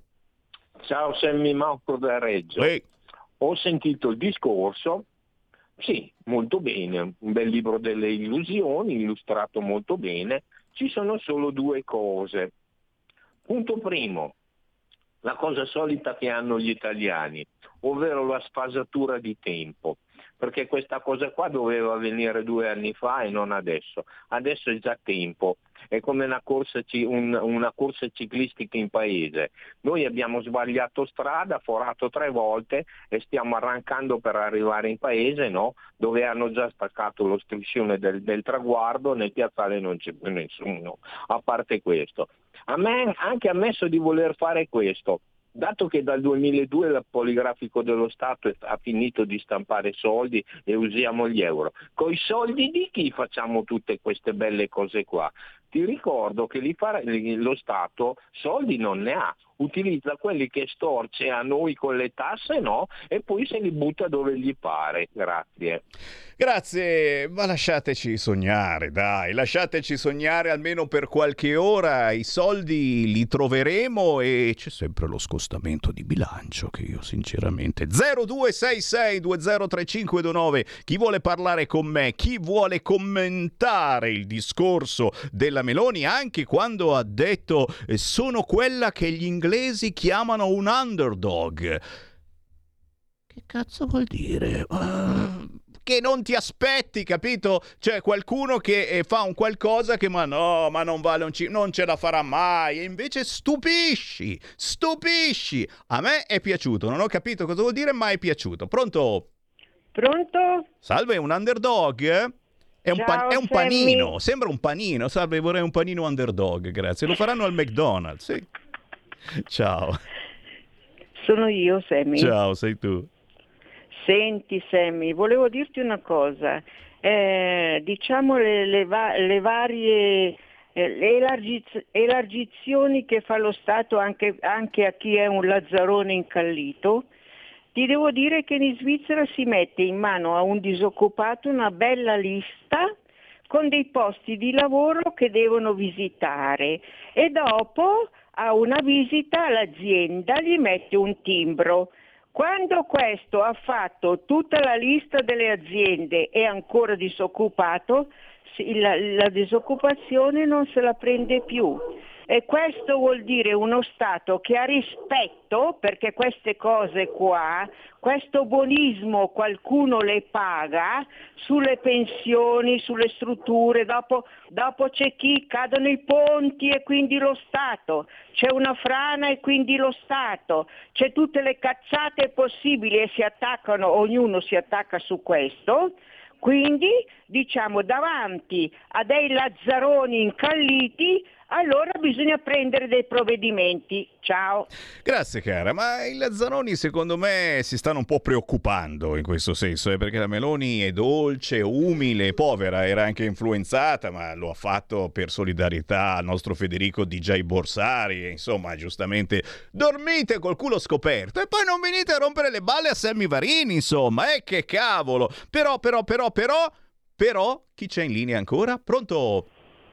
Ciao Sammy Mocco da Reggio. Ehi. Ho sentito il discorso, sì, molto bene, un bel libro delle illusioni, illustrato molto bene. Ci sono solo due cose. Punto primo, la cosa solita che hanno gli italiani, ovvero la sfasatura di tempo, perché questa cosa qua doveva avvenire due anni fa e non adesso. Adesso è già tempo, è come una corsa, un, una corsa ciclistica in paese. Noi abbiamo sbagliato strada, forato tre volte e stiamo arrancando per arrivare in paese, no? Dove hanno già staccato lo striscione del, del traguardo, nel piazzale non c'è più nessuno, a parte questo. A me, anche ammesso di voler fare questo, dato che dal duemiladue il Poligrafico dello Stato ha finito di stampare soldi e usiamo gli euro, con i soldi di chi facciamo tutte queste belle cose qua? Ti ricordo che li fa, lo Stato soldi non ne ha, utilizza quelli che storce a noi con le tasse, no? E poi se li butta dove gli pare. Grazie. Grazie, ma lasciateci sognare, dai, lasciateci sognare almeno per qualche ora. I soldi li troveremo e c'è sempre lo scostamento di bilancio che io sinceramente... zero due sei sei due zero tre cinque due nove, chi vuole parlare con me, chi vuole commentare il discorso della Meloni anche quando ha detto eh, sono quella che gli inglesi chiamano un underdog. Che cazzo vuol dire? Uh... che non ti aspetti, capito? Cioè qualcuno che eh, fa un qualcosa che ma no, ma non vale un c- non ce la farà mai, e invece stupisci, stupisci. A me è piaciuto, non ho capito cosa vuol dire, ma è piaciuto. Pronto? Pronto? Salve, un underdog? È un, Ciao, pan- è un Sammy. panino, sembra un panino. Salve, vorrei un panino underdog, grazie. Lo faranno al McDonald's, sì. Ciao. Sono io, Sammy. Ciao, sei tu. Senti, Sammy, volevo dirti una cosa. Eh, diciamo le, le, va- le varie eh, le elargiz- elargizioni che fa lo Stato anche, anche a chi è un lazzarone incallito. Ti devo dire che in Svizzera si mette in mano a un disoccupato una bella lista con dei posti di lavoro che devono visitare e dopo a una visita all'azienda gli mette un timbro. Quando questo ha fatto tutta la lista delle aziende e è ancora disoccupato, la, la disoccupazione non se la prende più. E questo vuol dire uno Stato che ha rispetto, perché queste cose qua, questo buonismo qualcuno le paga sulle pensioni, sulle strutture, dopo, dopo c'è chi cadono i ponti e quindi lo Stato, c'è una frana e quindi lo Stato, c'è tutte le cazzate possibili e si attaccano, ognuno si attacca su questo. Quindi, diciamo, davanti a dei lazzaroni incalliti, allora bisogna prendere dei provvedimenti. Ciao. Grazie cara, ma i lazzaroni secondo me si stanno un po' preoccupando in questo senso, eh, perché la Meloni è dolce, umile, povera, era anche influenzata, ma lo ha fatto per solidarietà al nostro Federico D J Borsari, e insomma giustamente dormite col culo scoperto e poi non venite a rompere le balle a Sammy Varini, insomma, eh che cavolo. Però, però, però, però, però, chi c'è in linea ancora? Pronto?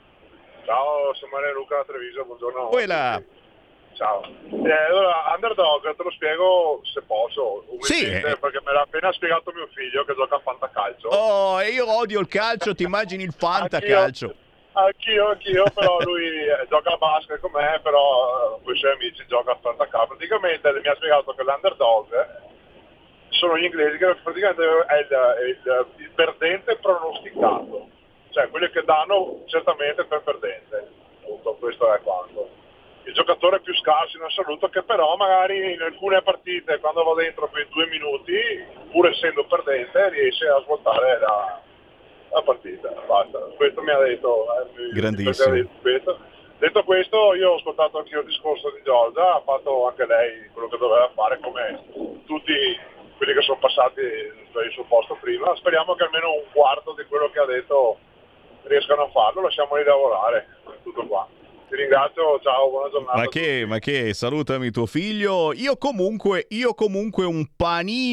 Ciao, sono Maria Luca da Treviso, buongiorno. Quella. Ciao. Eh, allora, underdog, te lo spiego se posso, sì, eh. perché me l'ha appena spiegato mio figlio che gioca a fantacalcio. Oh, e io odio il calcio, ti immagini il fantacalcio? Anch'io, anch'io, però lui eh, gioca a basket con me, però eh, con i suoi amici gioca a fantacalcio. Praticamente mi ha spiegato che l'underdog eh, sono gli inglesi, che praticamente è il, il, il perdente pronosticato. Cioè quelli che danno certamente per perdente, appunto, questo è quanto. Il giocatore più scarso in assoluto che però magari in alcune partite quando va dentro quei due minuti, pur essendo perdente, riesce a svoltare la, la partita. Basta, questo mi ha detto. Eh, Grandissimo. Detto questo. Detto questo, io ho ascoltato anche il discorso di Giorgia, ha fatto anche lei quello che doveva fare come tutti quelli che sono passati per il suo posto prima. Speriamo che almeno un quarto di quello che ha detto riescano a farlo, lasciamoli lavorare, tutto qua. Ti ringrazio, ciao, buona giornata. Ma che, ma che, salutami tuo figlio. Io comunque, io comunque un panino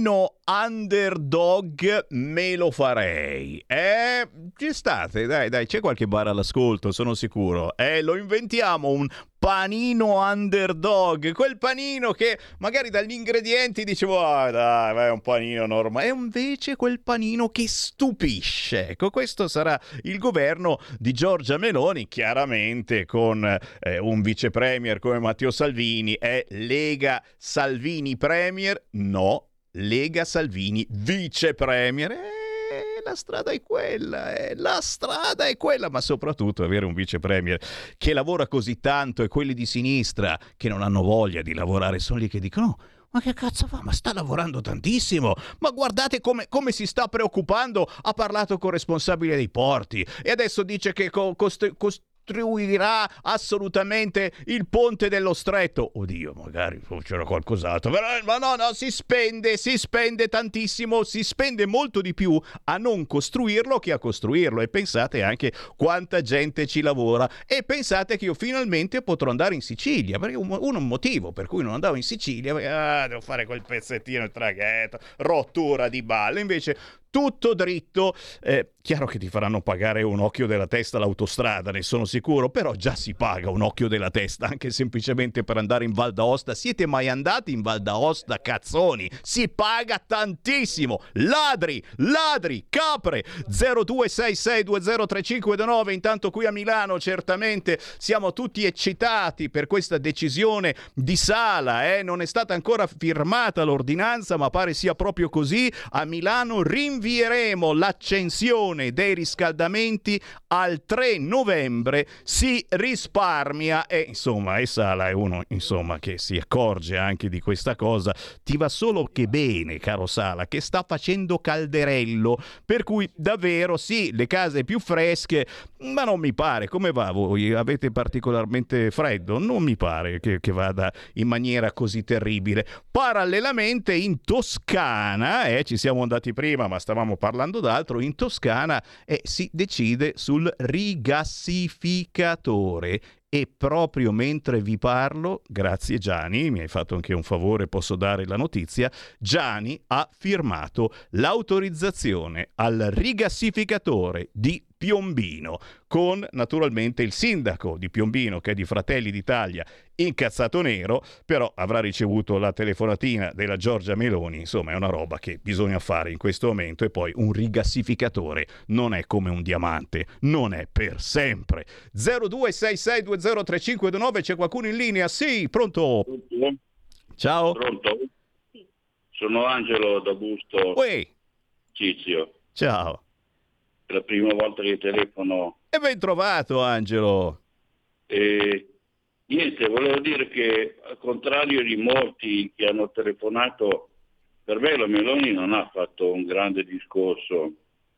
underdog me lo farei. Eh, ci state, dai, dai, c'è qualche bar all'ascolto, sono sicuro. Eh, lo inventiamo un panino underdog, quel panino che magari dagli ingredienti dicevo ah dai, è un panino normale, e invece quel panino che stupisce. Ecco, questo sarà il governo di Giorgia Meloni, chiaramente con eh, un vice premier come Matteo Salvini. È Lega Salvini premier? No, Lega Salvini vice premier. Eh, la strada è quella, eh. la strada è quella, ma soprattutto avere un vice premier che lavora così tanto, e quelli di sinistra che non hanno voglia di lavorare sono lì che dicono ma che cazzo fa? Ma sta lavorando tantissimo, ma guardate come, come si sta preoccupando, ha parlato con il responsabile dei porti e adesso dice che co- cost- cost- costruirà assolutamente il ponte dello stretto. Oddio, magari c'era qualcos'altro, però, ma no, no, si spende, si spende tantissimo, si spende molto di più a non costruirlo che a costruirlo, e pensate anche quanta gente ci lavora, e pensate che io finalmente potrò andare in Sicilia, perché un, un motivo per cui non andavo in Sicilia, perché, ah, devo fare quel pezzettino, il traghetto, rottura di balle, invece tutto dritto. Eh, chiaro che ti faranno pagare un occhio della testa all'autostrada, ne sono sicuro, però già si paga un occhio della testa anche semplicemente per andare in Val d'Aosta. Siete mai andati in Val d'Aosta, cazzoni? Si paga tantissimo. Ladri, ladri, capre. zero due sei sei due zero tre cinque due nove. Intanto qui a Milano certamente siamo tutti eccitati per questa decisione di Sala, eh? Non è stata ancora firmata l'ordinanza, ma pare sia proprio così. A Milano rinvieremo l'accensione dei riscaldamenti al tre novembre, si risparmia. E insomma, e Sala è uno insomma che si accorge anche di questa cosa. Ti va solo che bene, caro Sala, che sta facendo calderello, per cui davvero sì, le case più fresche, ma non mi pare. Come va voi? Avete particolarmente freddo? Non mi pare che, che vada in maniera così terribile. Parallelamente in Toscana, eh, ci siamo andati prima ma stavamo parlando d'altro, in Toscana eh, si decide sul rigassificatore. E proprio mentre vi parlo, grazie Gianni, mi hai fatto anche un favore, posso dare la notizia, Gianni ha firmato l'autorizzazione al rigassificatore di Piombino, con naturalmente il sindaco di Piombino, che è di Fratelli d'Italia, incazzato nero, però avrà ricevuto la telefonatina della Giorgia Meloni. Insomma, è una roba che bisogna fare in questo momento. E poi un rigassificatore non è come un diamante, non è per sempre. zero due sei sei due zero tre cinque due nove. C'è qualcuno in linea? Sì, pronto? Ciao. Pronto? Sono Angelo da Busto. Uè. Cizio. Ciao. È la prima volta che telefono. E ben trovato, Angelo. E niente, volevo dire che al contrario di molti che hanno telefonato, per me la Meloni non ha fatto un grande discorso,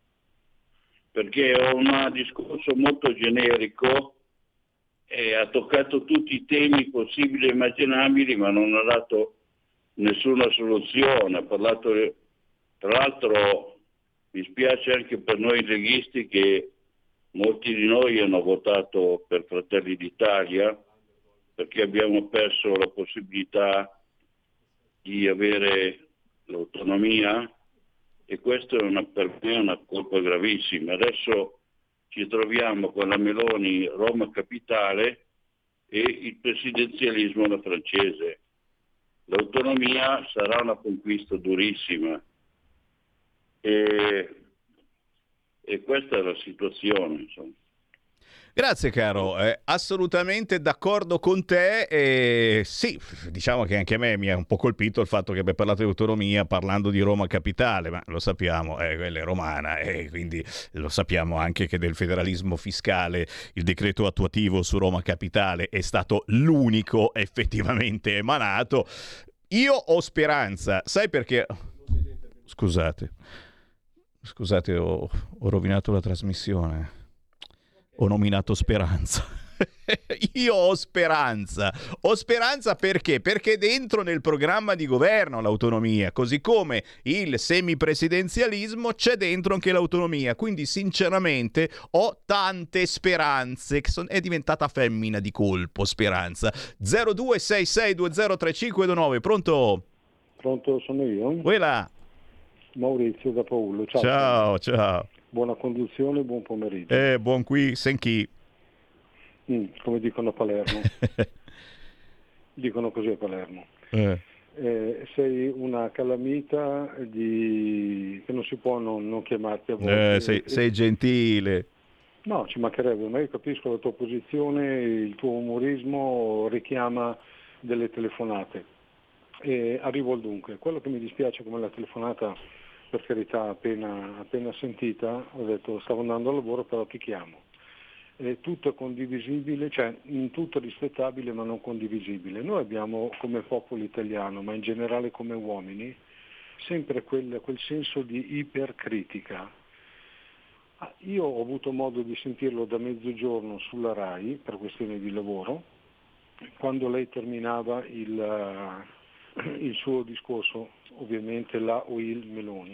perché è un discorso molto generico e ha toccato tutti i temi possibili e immaginabili, ma non ha dato nessuna soluzione. Ha parlato, tra l'altro mi spiace anche per noi leghisti che molti di noi hanno votato per Fratelli d'Italia, perché abbiamo perso la possibilità di avere l'autonomia, e questa è una, per me è una colpa gravissima. Adesso ci troviamo con la Meloni Roma capitale e il presidenzialismo alla francese. L'autonomia sarà una conquista durissima. E, e questa è la situazione, insomma. Grazie caro, eh, assolutamente d'accordo con te. E sì, diciamo che anche a me mi ha un po' colpito il fatto che abbia parlato di autonomia parlando di Roma capitale, ma lo sappiamo, eh, quella è romana, e eh, quindi lo sappiamo anche che del federalismo fiscale il decreto attuativo su Roma capitale è stato l'unico effettivamente emanato. Io ho speranza, sai perché? Scusate. Scusate, ho, ho rovinato la trasmissione. Ho nominato Speranza. Io ho speranza. Ho speranza perché? Perché dentro nel programma di governo l'autonomia, così come il semipresidenzialismo, c'è dentro anche l'autonomia. Quindi sinceramente ho tante speranze. È diventata femmina di colpo, Speranza. zero due sei sei due zero tre cinque due nove. Pronto? Pronto, sono io. Quella. Maurizio da Paolo. Ciao. Ciao, ciao. Buona conduzione, buon pomeriggio. Eh, buon qui, senchi. Mm, come dicono a Palermo. Dicono così a Palermo. Eh. Eh, sei una calamita di... che non si può non, non chiamarti a volte. Eh, sei, sei gentile. No, ci mancherebbe, ma io capisco la tua posizione, il tuo umorismo richiama delle telefonate. E arrivo al dunque. Quello che mi dispiace come la telefonata, per carità, appena, appena sentita, ho detto stavo andando al lavoro, però ti chiamo. È tutto condivisibile, cioè tutto rispettabile ma non condivisibile. Noi abbiamo come popolo italiano, ma in generale come uomini, sempre quel, quel senso di ipercritica. Io ho avuto modo di sentirlo da mezzogiorno sulla Rai per questioni di lavoro, quando lei terminava il, il suo discorso, ovviamente la o il Meloni.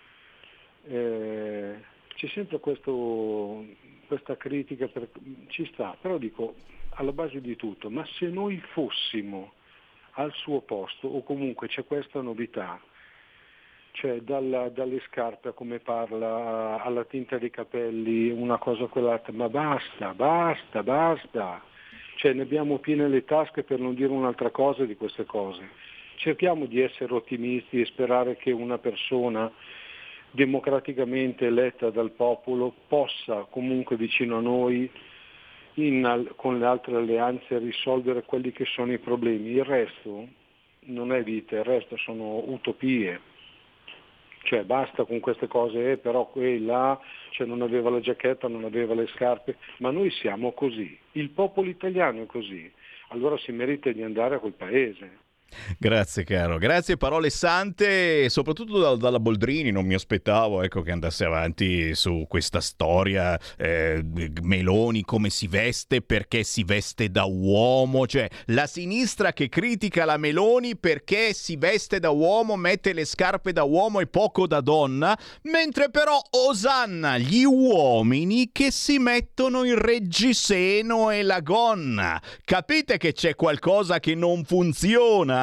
Eh, c'è sempre questo, questa critica, per, ci sta, però dico, alla base di tutto, ma se noi fossimo al suo posto, o comunque c'è questa novità, cioè dalla, dalle scarpe a come parla, alla tinta dei capelli, una cosa o quell'altra, ma basta, basta, basta, cioè ne abbiamo piene le tasche per non dire un'altra cosa di queste cose. Cerchiamo di essere ottimisti e sperare che una persona democraticamente eletta dal popolo possa comunque vicino a noi in, con le altre alleanze risolvere quelli che sono i problemi. Il resto non è vita, il resto sono utopie. Cioè basta con queste cose, eh, però qui là, cioè non aveva la giacchetta, non aveva le scarpe, ma noi siamo così, il popolo italiano è così, allora si merita di andare a quel paese. Grazie caro, grazie, parole sante, soprattutto da, dalla Boldrini. Non mi aspettavo, ecco, che andasse avanti su questa storia, eh, Meloni come si veste, perché si veste da uomo, cioè la sinistra che critica la Meloni perché si veste da uomo, mette le scarpe da uomo e poco da donna, mentre però osanna gli uomini che si mettono il reggiseno e la gonna. Capite che c'è qualcosa che non funziona?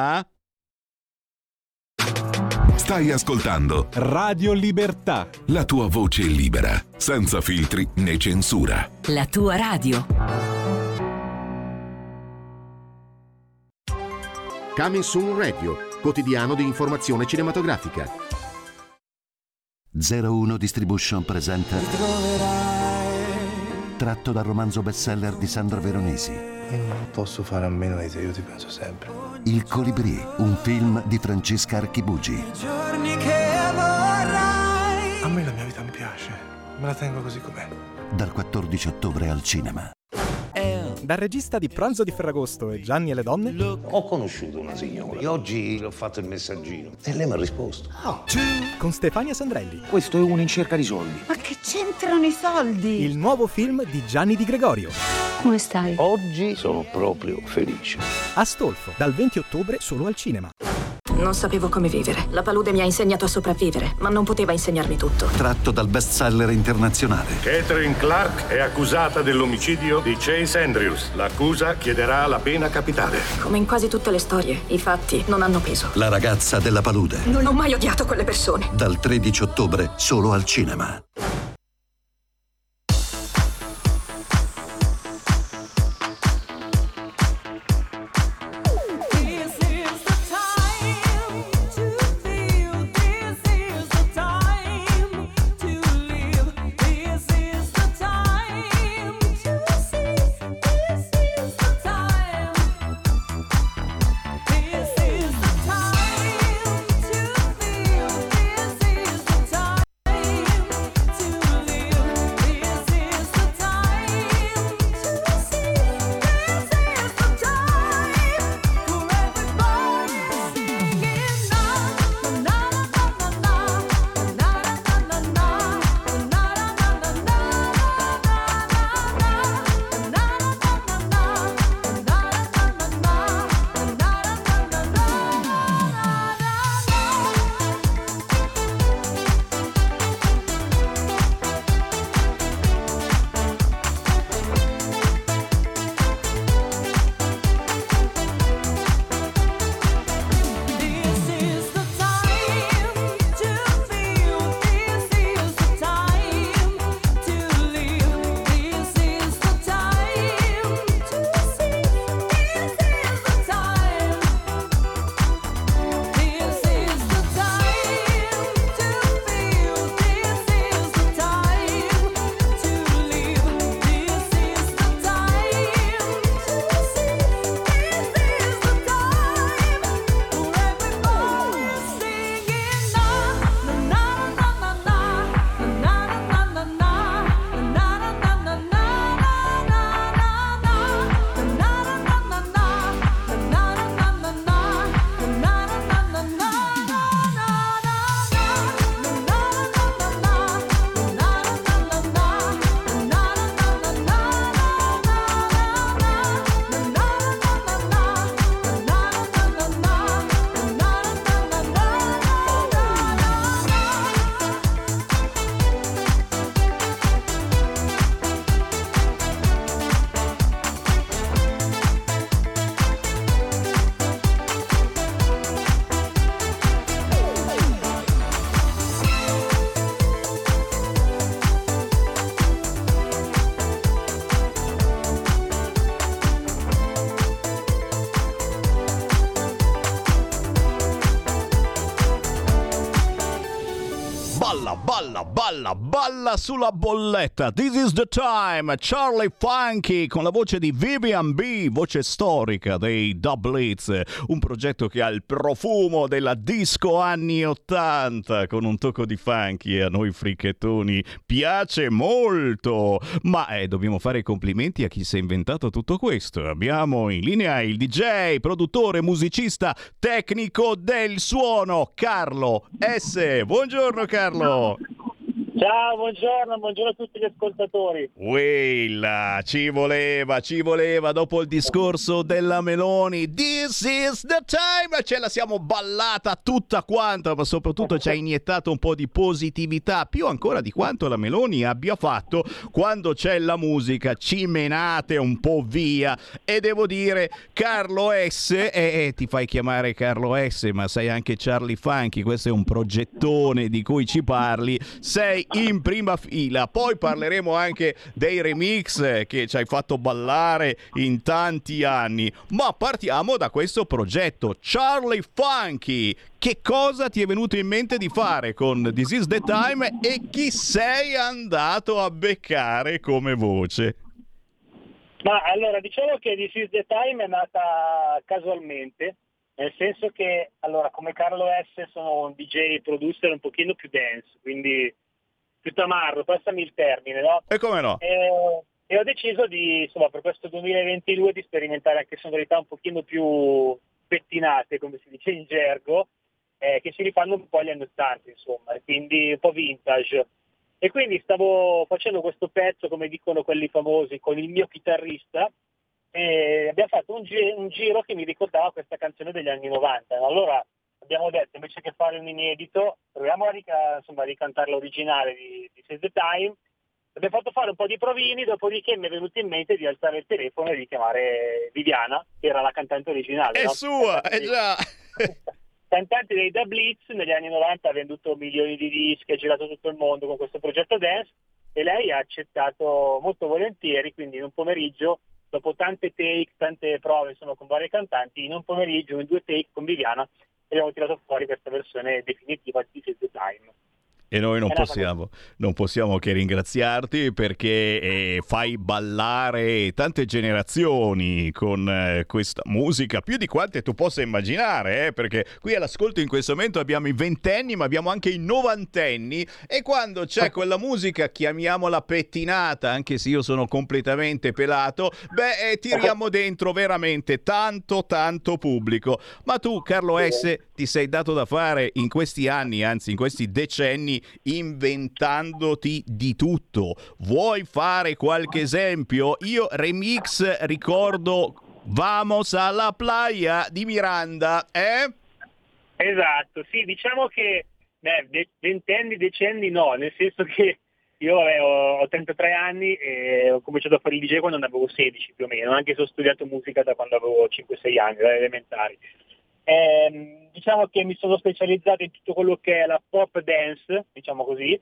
Stai ascoltando Radio Libertà, la tua voce libera, senza filtri né censura. La tua radio. Coming Soon Radio, quotidiano di informazione cinematografica. zero uno Distribution presenta tratto dal romanzo bestseller di Sandra Veronesi. Non posso fare a meno di te, io ti penso sempre. Il Colibrì, un film di Francesca Archibugi. Giorni che vorrai. A me la mia vita mi piace, me la tengo così com'è. Dal quattordici ottobre al cinema. Dal regista di Pranzo di Ferragosto e Gianni e le donne. Ho conosciuto una signora e oggi le ho fatto il messaggino e lei mi ha risposto. Oh. Con Stefania Sandrelli. Questo è uno in cerca di soldi. Ma che c'entrano i soldi? Il nuovo film di Gianni Di Gregorio. Come stai? Oggi sono proprio felice. Astolfo, dal venti ottobre solo al cinema. Non sapevo come vivere. La palude mi ha insegnato a sopravvivere, ma non poteva insegnarmi tutto. Tratto dal bestseller internazionale. Catherine Clark è accusata dell'omicidio di Chase Andrews. L'accusa chiederà la pena capitale. Come in quasi tutte le storie, i fatti non hanno peso. La ragazza della palude. Non ho mai odiato quelle persone. Dal tredici ottobre solo al cinema. Balla, balla, balla, balla sulla bolletta. This is the time. Charlie Funky con la voce di Vivian B, voce storica dei Da Blitz, un progetto che ha il profumo della disco anni ottanta con un tocco di funky e a noi fricchettoni piace molto. Ma eh, dobbiamo fare i complimenti a chi si è inventato tutto questo. Abbiamo in linea il D J, produttore, musicista, tecnico del suono, Carlo S. Buongiorno Carlo. Ciao, buongiorno, buongiorno a tutti gli ascoltatori. Weila, ci voleva, ci voleva dopo il discorso della Meloni. This is the time, ce la siamo ballata tutta quanta, ma soprattutto ci ha iniettato un po' di positività, più ancora di quanto la Meloni abbia fatto quando c'è la musica, ci menate un po' via. E devo dire, Carlo S, e eh, eh, ti fai chiamare Carlo S, ma sei anche Charlie Funky, questo è un progettone di cui ci parli, sei in prima fila. Poi parleremo anche dei remix che ci hai fatto ballare in tanti anni, ma partiamo da questo progetto Charlie Funky. Che cosa ti è venuto in mente di fare con This Is The Time e chi sei andato a beccare come voce? Ma allora, diciamo che This Is The Time è nata casualmente, nel senso che, allora, come Carlo S sono un D J producer un pochino più dance, quindi più tamarro, passami il termine, no? E come no? E, e ho deciso di, insomma, per questo duemilaventidue di sperimentare anche sonorità un pochino più pettinate, come si dice in gergo, eh, che si rifanno un po' agli anni ottanta, insomma, e quindi un po' vintage. E quindi stavo facendo questo pezzo, come dicono quelli famosi, con il mio chitarrista, e abbiamo fatto un, gi- un giro che mi ricordava questa canzone degli anni novanta. Allora abbiamo detto, invece che fare un inedito, proviamo a, rica- insomma, a ricantare l'originale di, di Save the Time. Abbiamo fatto fare un po' di provini, dopodiché mi è venuto in mente di alzare il telefono e di chiamare Viviana, che era la cantante originale. È no? sua, è già! Cantante dei Da Blitz, negli anni novanta ha venduto milioni di dischi, ha girato tutto il mondo con questo progetto dance, e lei ha accettato molto volentieri, quindi in un pomeriggio, dopo tante take, tante prove insomma, con vari cantanti, in un pomeriggio, in due take con Viviana, abbiamo tirato fuori questa versione definitiva di Save the Time. E noi non possiamo, non possiamo che ringraziarti perché eh, fai ballare tante generazioni con eh, questa musica, più di quante tu possa immaginare, eh, perché qui all'ascolto in questo momento abbiamo i ventenni ma abbiamo anche i novantenni, e quando c'è quella musica, chiamiamola pettinata, anche se io sono completamente pelato, beh eh, tiriamo dentro veramente tanto tanto pubblico. Ma tu Carlo S ti sei dato da fare in questi anni, anzi in questi decenni, inventandoti di tutto. Vuoi fare qualche esempio? Io remix ricordo Vamos a la playa di Miranda, eh? Esatto, sì, diciamo che beh, de- ventenni, decenni no, nel senso che io vabbè, ho, ho trentatré anni e ho cominciato a fare il D J quando ne avevo sedici più o meno, anche se ho studiato musica da quando avevo cinque sei anni, dalle elementari. Eh, diciamo che mi sono specializzato in tutto quello che è la pop dance, diciamo così.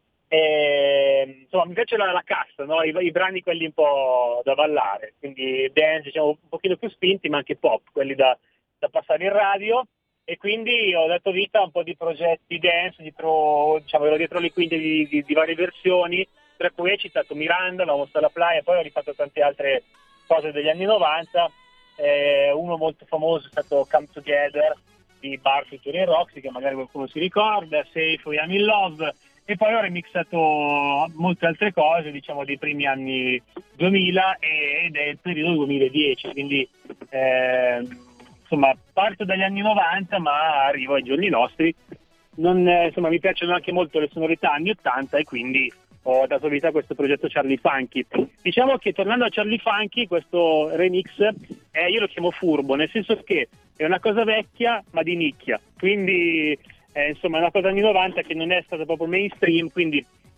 Eh, insomma, mi piace la, la cassa, no? I, i brani quelli un po' da ballare, quindi dance diciamo un pochino più spinti, ma anche pop, quelli da, da passare in radio. E quindi ho dato vita a un po' di progetti dance, dietro, diciamo, ero dietro le quinte di, di, di varie versioni, tra cui ho citato Miranda, la Mostra alla Playa, poi ho rifatto tante altre cose degli anni novanta. Eh, uno molto famoso è stato Come Together di Bar Future in Roxy, che magari qualcuno si ricorda, Safe, We Am in Love, e poi ho remixato molte altre cose, diciamo dei primi anni duemila ed è il periodo duemiladieci, quindi eh, insomma parto dagli anni novanta ma arrivo ai giorni nostri. Non, eh, insomma mi piacciono anche molto le sonorità anni ottanta e quindi ho dato vita a questo progetto Charlie Funky. Diciamo che tornando a Charlie Funky, questo remix eh, io lo chiamo furbo, nel senso che è una cosa vecchia ma di nicchia, quindi eh, insomma è una cosa anni novanta che non è stata proprio mainstream, quindi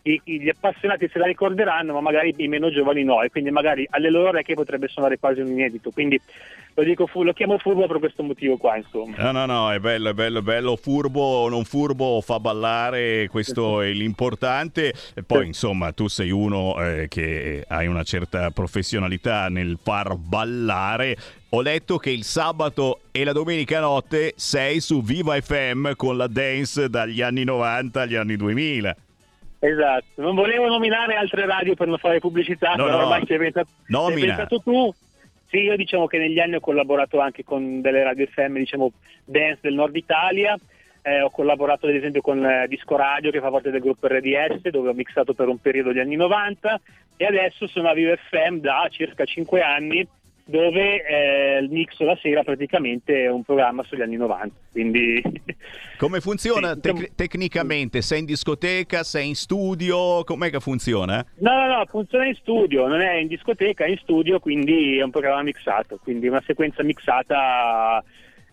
i, gli appassionati se la ricorderanno, ma magari i meno giovani no, e quindi magari alle loro orecchie potrebbe suonare quasi un inedito, quindi lo dico fu- lo chiamo furbo per questo motivo qua, insomma. No, no, no, è bello, è bello, è bello, furbo o non furbo fa ballare, questo è l'importante. E poi, insomma, tu sei uno eh, che hai una certa professionalità nel far ballare. Ho letto che il sabato e la domenica notte sei su Viva F M con la dance dagli anni novanta agli anni duemila. Esatto, non volevo nominare altre radio per non fare pubblicità, no, però no. ormai sei pensato, sei pensato tu. Sì, io diciamo che negli anni ho collaborato anche con delle radio F M, diciamo dance del nord Italia, eh, ho collaborato ad esempio con eh, Disco Radio, che fa parte del gruppo R D S, dove ho mixato per un periodo degli anni novanta, e adesso sono a Viva F M da circa cinque anni, dove eh, il mixo la sera praticamente è un programma sugli anni novanta, quindi... Come funziona sì, tec- diciamo... tecnicamente? Sei in discoteca, sei in studio, com'è che funziona? No, no, no, funziona in studio, non è in discoteca, è in studio, quindi è un programma mixato, quindi una sequenza mixata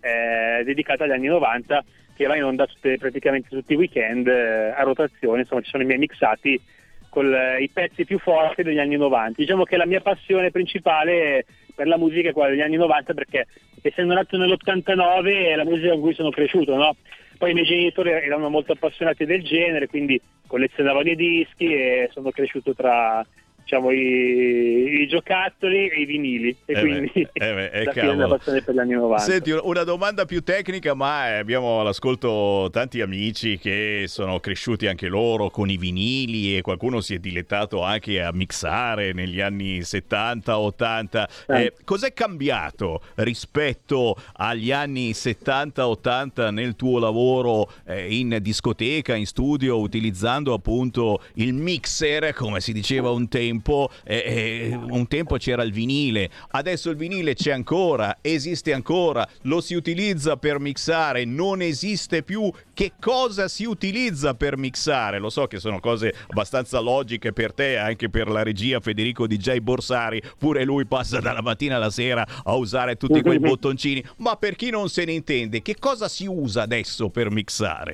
eh, dedicata agli anni novanta, che va in onda tutte, praticamente tutti i weekend eh, a rotazione, insomma ci sono i miei mixati con eh, i pezzi più forti degli anni novanta. Diciamo che la mia passione principale per la musica è quella degli anni novanta, perché essendo nato nell'ottantanove è la musica con cui sono cresciuto, no? Poi i miei genitori erano molto appassionati del genere, quindi collezionavano i dischi e sono cresciuto tra, diciamo, i, i giocattoli e i vinili, e eh quindi beh, eh beh, eh, da qui la passione per gli anni novanta. Senti, una domanda più tecnica, ma abbiamo all'ascolto tanti amici che sono cresciuti anche loro con i vinili e qualcuno si è dilettato anche a mixare negli anni settanta ottanta. Eh, cos'è cambiato rispetto agli anni settanta ottanta nel tuo lavoro eh, in discoteca, in studio, utilizzando appunto il mixer, come si diceva un tempo? Eh, eh, un tempo c'era il vinile, adesso il vinile c'è ancora, esiste ancora, lo si utilizza per mixare, non esiste più. Che cosa si utilizza per mixare? Lo so che sono cose abbastanza logiche per te, anche per la regia Federico D J Borsari, pure lui passa dalla mattina alla sera a usare tutti quei bottoncini, ma per chi non se ne intende, che cosa si usa adesso per mixare?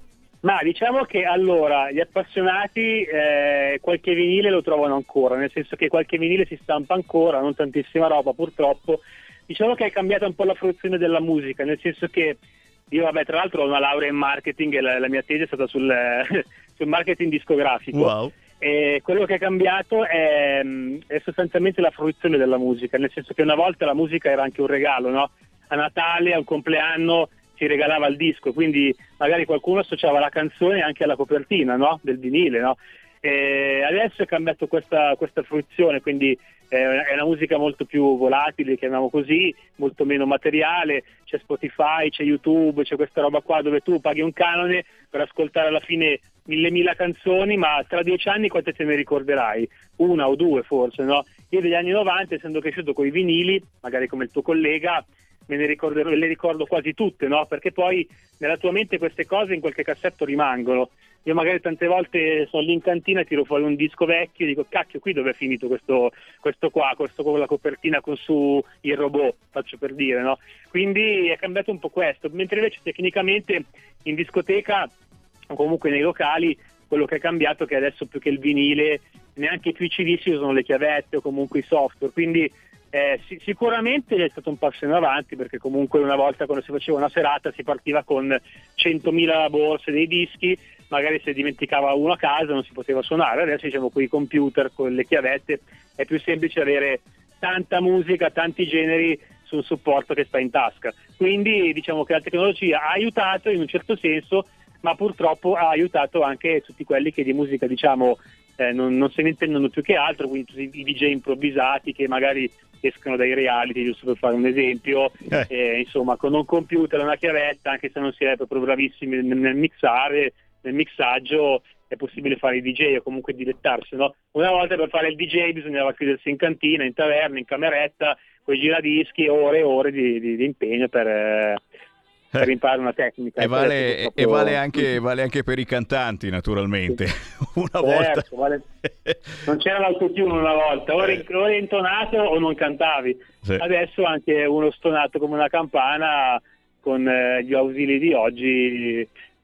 Ma diciamo che allora gli appassionati eh, qualche vinile lo trovano ancora, nel senso che qualche vinile si stampa ancora, non tantissima roba purtroppo. Diciamo che è cambiata un po' la fruizione della musica, nel senso che io vabbè tra l'altro ho una laurea in marketing e la, la mia tesi è stata sul, sul marketing discografico. Wow. E quello che è cambiato è, è sostanzialmente la fruizione della musica, nel senso che una volta la musica era anche un regalo, no? A Natale, a un compleanno si regalava il disco, quindi magari qualcuno associava la canzone anche alla copertina, no? Del vinile, no? E adesso è cambiato questa, questa fruizione, quindi eh, è una musica molto più volatile, chiamiamo così, molto meno materiale, c'è Spotify, c'è YouTube, c'è questa roba qua dove tu paghi un canone per ascoltare alla fine mille mila canzoni, ma tra dieci anni quante te ne ricorderai? Una o due forse, no? Io degli anni novanta, essendo cresciuto con i vinili, magari come il tuo collega, me ne ricorderò, le ricordo quasi tutte, no? Perché poi nella tua mente queste cose in qualche cassetto rimangono. Io magari tante volte sono lì in cantina e tiro fuori un disco vecchio e dico cacchio, qui dove è finito questo, questo qua, questo con la copertina con su il robot, faccio per dire, no? Quindi è cambiato un po' questo, mentre invece tecnicamente in discoteca o comunque nei locali quello che è cambiato è che adesso più che il vinile neanche più i C D si usano le chiavette o comunque i software, quindi Eh, sì, sicuramente è stato un passo in avanti, perché comunque una volta quando si faceva una serata si partiva con centomila borse dei dischi, magari se dimenticava uno a casa non si poteva suonare. Adesso diciamo con i computer, con le chiavette è più semplice avere tanta musica, tanti generi su un supporto che sta in tasca, quindi diciamo che la tecnologia ha aiutato in un certo senso, ma purtroppo ha aiutato anche tutti quelli che di musica diciamo eh, non, non se ne intendono più che altro, quindi tutti i D J improvvisati che magari escono dai reality, giusto per fare un esempio, eh. Eh, insomma con un computer e una chiavetta, anche se non si è proprio bravissimi nel, nel mixare, nel mixaggio è possibile fare i D J o comunque dilettarsi, no? Una volta per fare il D J bisognava chiudersi in cantina, in taverna, in cameretta, con i giradischi, ore e ore di, di, di impegno per, eh, per imparare una tecnica. E vale, proprio... e vale, anche, vale anche per i cantanti, naturalmente. Una certo, volta vale... non c'era l'autotune una volta, o eri, o eri intonato o non cantavi. Sì. Adesso anche uno stonato come una campana con eh, gli ausili di oggi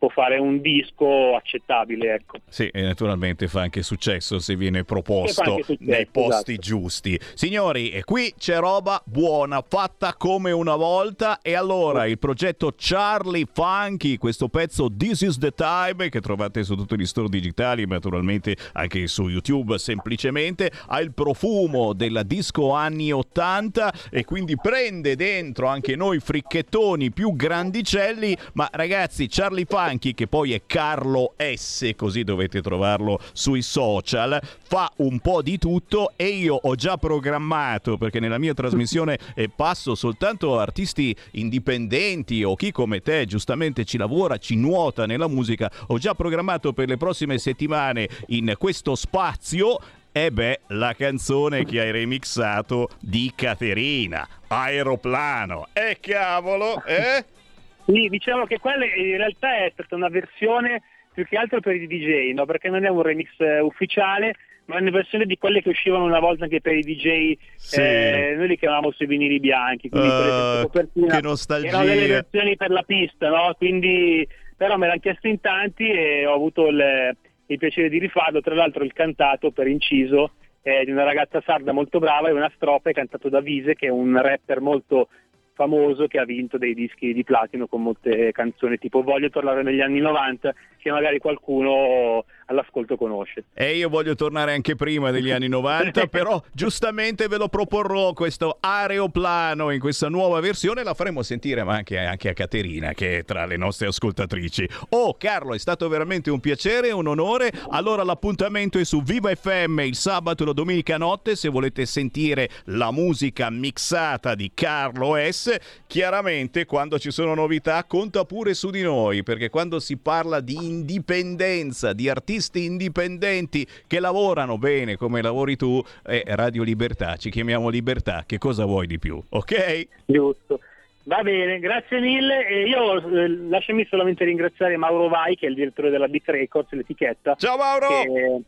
può fare un disco accettabile, ecco. Sì, e naturalmente fa anche successo se viene proposto successo, nei posti esatto. giusti. Signori, e qui c'è roba buona, fatta come una volta, e allora il progetto Charlie Funky, questo pezzo This is the Time, che trovate su tutti gli store digitali, ma naturalmente anche su YouTube semplicemente, ha il profumo della disco anni ottanta e quindi prende dentro anche noi fricchettoni più grandicelli, ma ragazzi, Charlie Funky, che poi è Carlo S, così dovete trovarlo sui social, fa un po' di tutto, e io ho già programmato, perché nella mia trasmissione eh, passo soltanto artisti indipendenti o chi come te giustamente ci lavora, ci nuota nella musica, ho già programmato per le prossime settimane in questo spazio e beh, la canzone che hai remixato di Caterina, Aeroplano. E cavolo, eh? Sì, diciamo che quella in realtà è stata una versione più che altro per i D J, no? Perché non è un remix eh, ufficiale, ma è una versione di quelle che uscivano una volta anche per i D J, sì. eh, noi li chiamavamo sui vinili bianchi, quindi uh, quelle copertina, che nostalgia. Erano delle versioni per la pista, no? Quindi, però me l'hanno chiesto in tanti e ho avuto il, il piacere di rifarlo. Tra l'altro il cantato per inciso è di una ragazza sarda molto brava, e una strofa è cantato da Vise, che è un rapper molto famoso che ha vinto dei dischi di platino con molte canzoni tipo Voglio tornare negli anni novanta, che magari qualcuno all'ascolto conosce. E io voglio tornare anche prima degli anni novanta, però giustamente ve lo proporrò questo Aeroplano in questa nuova versione, la faremo sentire ma anche, anche a Caterina, che è tra le nostre ascoltatrici. Oh Carlo, è stato veramente un piacere, un onore. Allora l'appuntamento è su Viva F M il sabato e la domenica notte, se volete sentire la musica mixata di Carlo S. Chiaramente quando ci sono novità conta pure su di noi, perché quando si parla di indipendenza, di artisti indipendenti che lavorano bene come lavori tu, è Radio Libertà, ci chiamiamo Libertà, che cosa vuoi di più, ok? Giusto. Va bene, grazie mille. E io eh, lasciami solamente ringraziare Mauro Vai, che è il direttore della Beat Records, l'etichetta. Ciao Mauro! Che...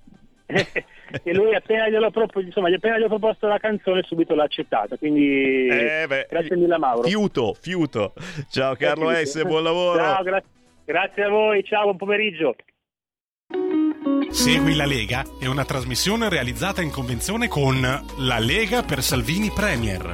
e lui appena glielo proprio, insomma, appena gli ho proposto la canzone subito l'ha accettata, quindi eh beh, grazie mille Mauro. Fiuto, fiuto. Ciao Carlo S, buon lavoro. Ciao, gra- grazie a voi, ciao, buon pomeriggio. Segui la Lega è una trasmissione realizzata in convenzione con La Lega per Salvini Premier.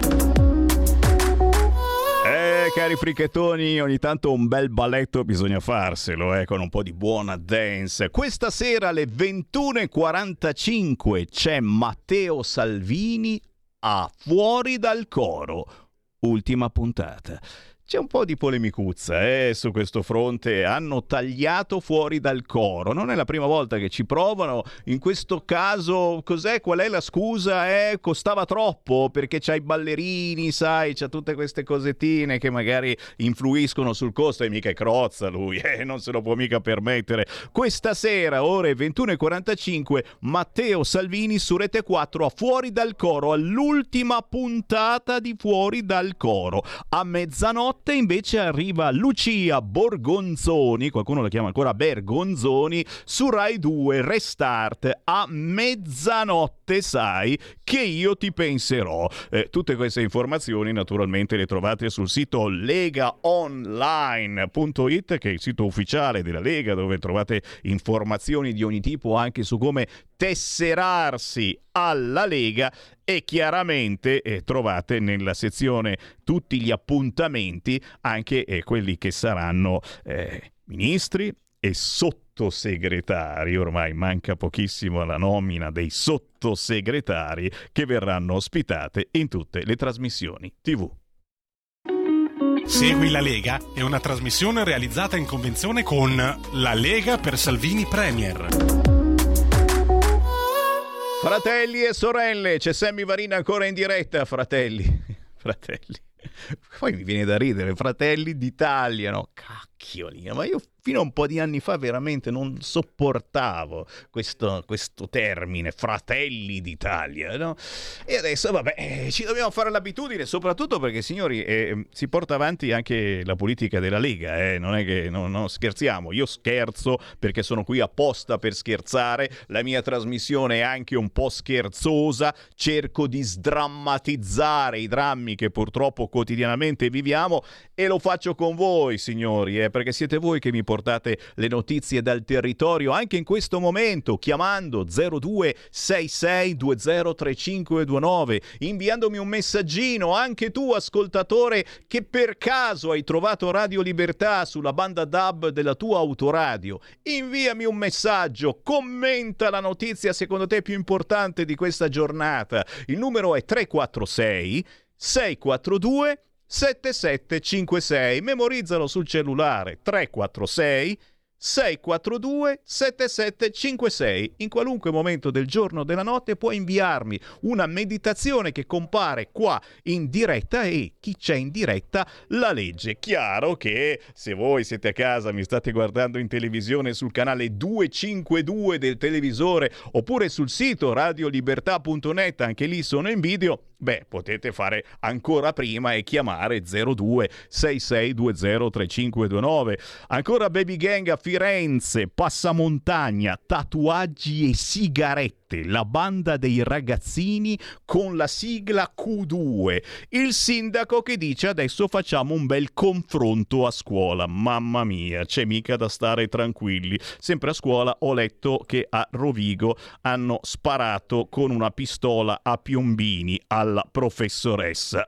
Eh, cari fricchettoni, ogni tanto un bel balletto bisogna farselo, eh, con un po' di buona dance. Questa sera alle ventuno e quarantacinque c'è Matteo Salvini a Fuori dal Coro. Ultima puntata. C'è un po' di polemicuzza eh, su questo fronte, hanno tagliato Fuori dal Coro, non è la prima volta che ci provano, in questo caso cos'è, qual è la scusa? Eh, costava troppo perché c'ha i ballerini, sai, c'ha tutte queste cosettine che magari influiscono sul costo, e mica è Crozza lui, eh, non se lo può mica permettere. Questa sera, ore ventuno e quarantacinque, Matteo Salvini su Rete quattro a Fuori dal Coro, all'ultima puntata di Fuori dal Coro. A mezzanotte invece arriva Lucia Borgonzoni, qualcuno la chiama ancora Bergonzoni, su Rai due Restart a mezzanotte, sai che io ti penserò. Eh, tutte queste informazioni naturalmente le trovate sul sito legaonline punto it, che è il sito ufficiale della Lega, dove trovate informazioni di ogni tipo anche su come tesserarsi alla Lega, e chiaramente eh, trovate nella sezione tutti gli appuntamenti, anche eh, quelli che saranno eh, ministri e sottosegretari. Ormai manca pochissimo alla nomina dei sottosegretari che verranno ospitate in tutte le trasmissioni tivù. Segui la Lega è una trasmissione realizzata in convenzione con La Lega per Salvini Premier. Fratelli e sorelle, c'è Sammy Varin ancora in diretta, fratelli, fratelli. Poi mi viene da ridere, Fratelli d'Italia, no? Cacchioli, ma io fino a un po' di anni fa veramente non sopportavo questo, questo termine, Fratelli d'Italia, no? E adesso, vabbè, ci dobbiamo fare l'abitudine, soprattutto perché, signori, eh, si porta avanti anche la politica della Lega, eh? Non è che non, non scherziamo, io scherzo perché sono qui apposta per scherzare, la mia trasmissione è anche un po' scherzosa, cerco di sdrammatizzare i drammi che purtroppo quotidianamente viviamo, e lo faccio con voi, signori, eh? eh, perché siete voi che mi portate le notizie dal territorio anche in questo momento, chiamando zero due sei sei due zero tre cinque due nove, inviandomi un messaggino, anche tu ascoltatore che per caso hai trovato Radio Libertà sulla banda D A B della tua autoradio, inviami un messaggio, commenta la notizia secondo te più importante di questa giornata. Il numero è tre quattro sei sei quattro due sette sette cinque sei, memorizzalo sul cellulare, tre quattro sei sei quattro due sette sette cinque sei. In qualunque momento del giorno o della notte puoi inviarmi una meditazione che compare qua in diretta e chi c'è in diretta la legge. Chiaro che se voi siete a casa, mi state guardando in televisione sul canale duecentocinquantadue del televisore oppure sul sito radiolibertà punto net, anche lì sono in video, beh, potete fare ancora prima e chiamare zero due sei sei due zero tre cinque due nove. Ancora Baby Gang a Firenze, passamontagna, tatuaggi e sigarette, la banda dei ragazzini con la sigla Q due. Il sindaco che dice adesso facciamo un bel confronto a scuola. Mamma mia, c'è mica da stare tranquilli. Sempre a scuola ho letto che a Rovigo hanno sparato con una pistola a piombini alla professoressa.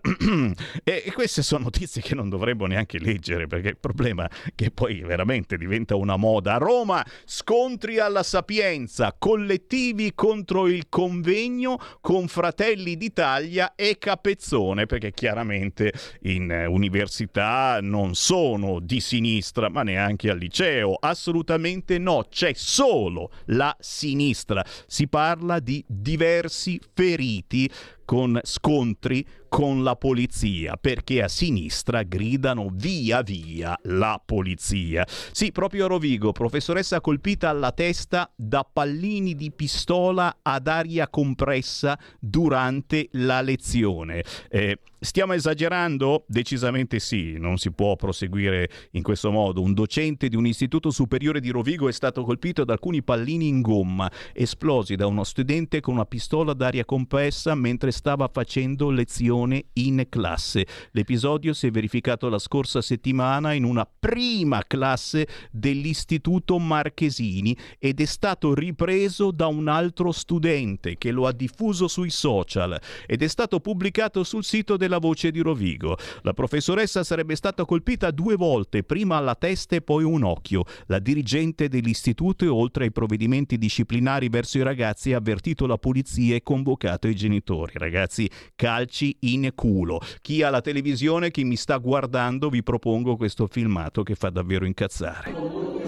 E queste sono notizie che non dovremmo neanche leggere, perché il problema è che poi veramente diventa una moda. A Roma, scontri alla Sapienza, collettivi contro il convegno con Fratelli d'Italia e Capezzone, perché chiaramente in università non sono di sinistra, ma neanche al liceo, assolutamente no, c'è solo la sinistra. Si parla di diversi feriti con scontri con la polizia, perché a sinistra gridano via via la polizia. Sì, proprio a Rovigo, professoressa colpita alla testa da pallini di pistola ad aria compressa durante la lezione. Eh, stiamo esagerando? Decisamente sì, non si può proseguire in questo modo. Un docente di un istituto superiore di Rovigo è stato colpito da alcuni pallini in gomma esplosi da uno studente con una pistola ad aria compressa mentre stava facendo lezione in classe. L'episodio si è verificato la scorsa settimana in una prima classe dell'Istituto Marchesini ed è stato ripreso da un altro studente che lo ha diffuso sui social ed è stato pubblicato sul sito della Voce di Rovigo. La professoressa sarebbe stata colpita due volte, prima alla testa e poi un occhio. La dirigente dell'istituto, oltre ai provvedimenti disciplinari verso i ragazzi, ha avvertito la polizia e convocato i genitori. Ragazzi, calci in culo. Chi ha la televisione, chi mi sta guardando, vi propongo questo filmato che fa davvero incazzare. Eh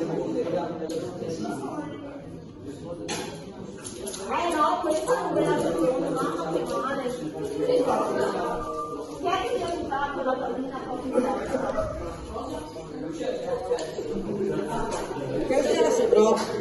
no, questa non me la sapevo, mamma che male. Chi è che ti ha aiutato la bambina a che era se troppo?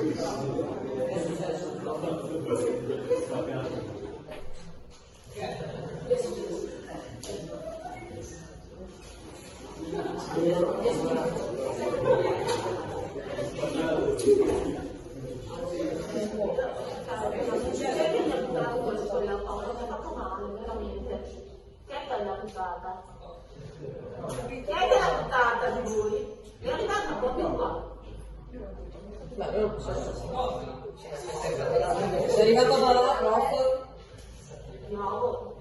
Chi è che l'ha buttata di voi? È arrivata proprio qua. Beh, io non so. Sei arrivata dalla prof? No.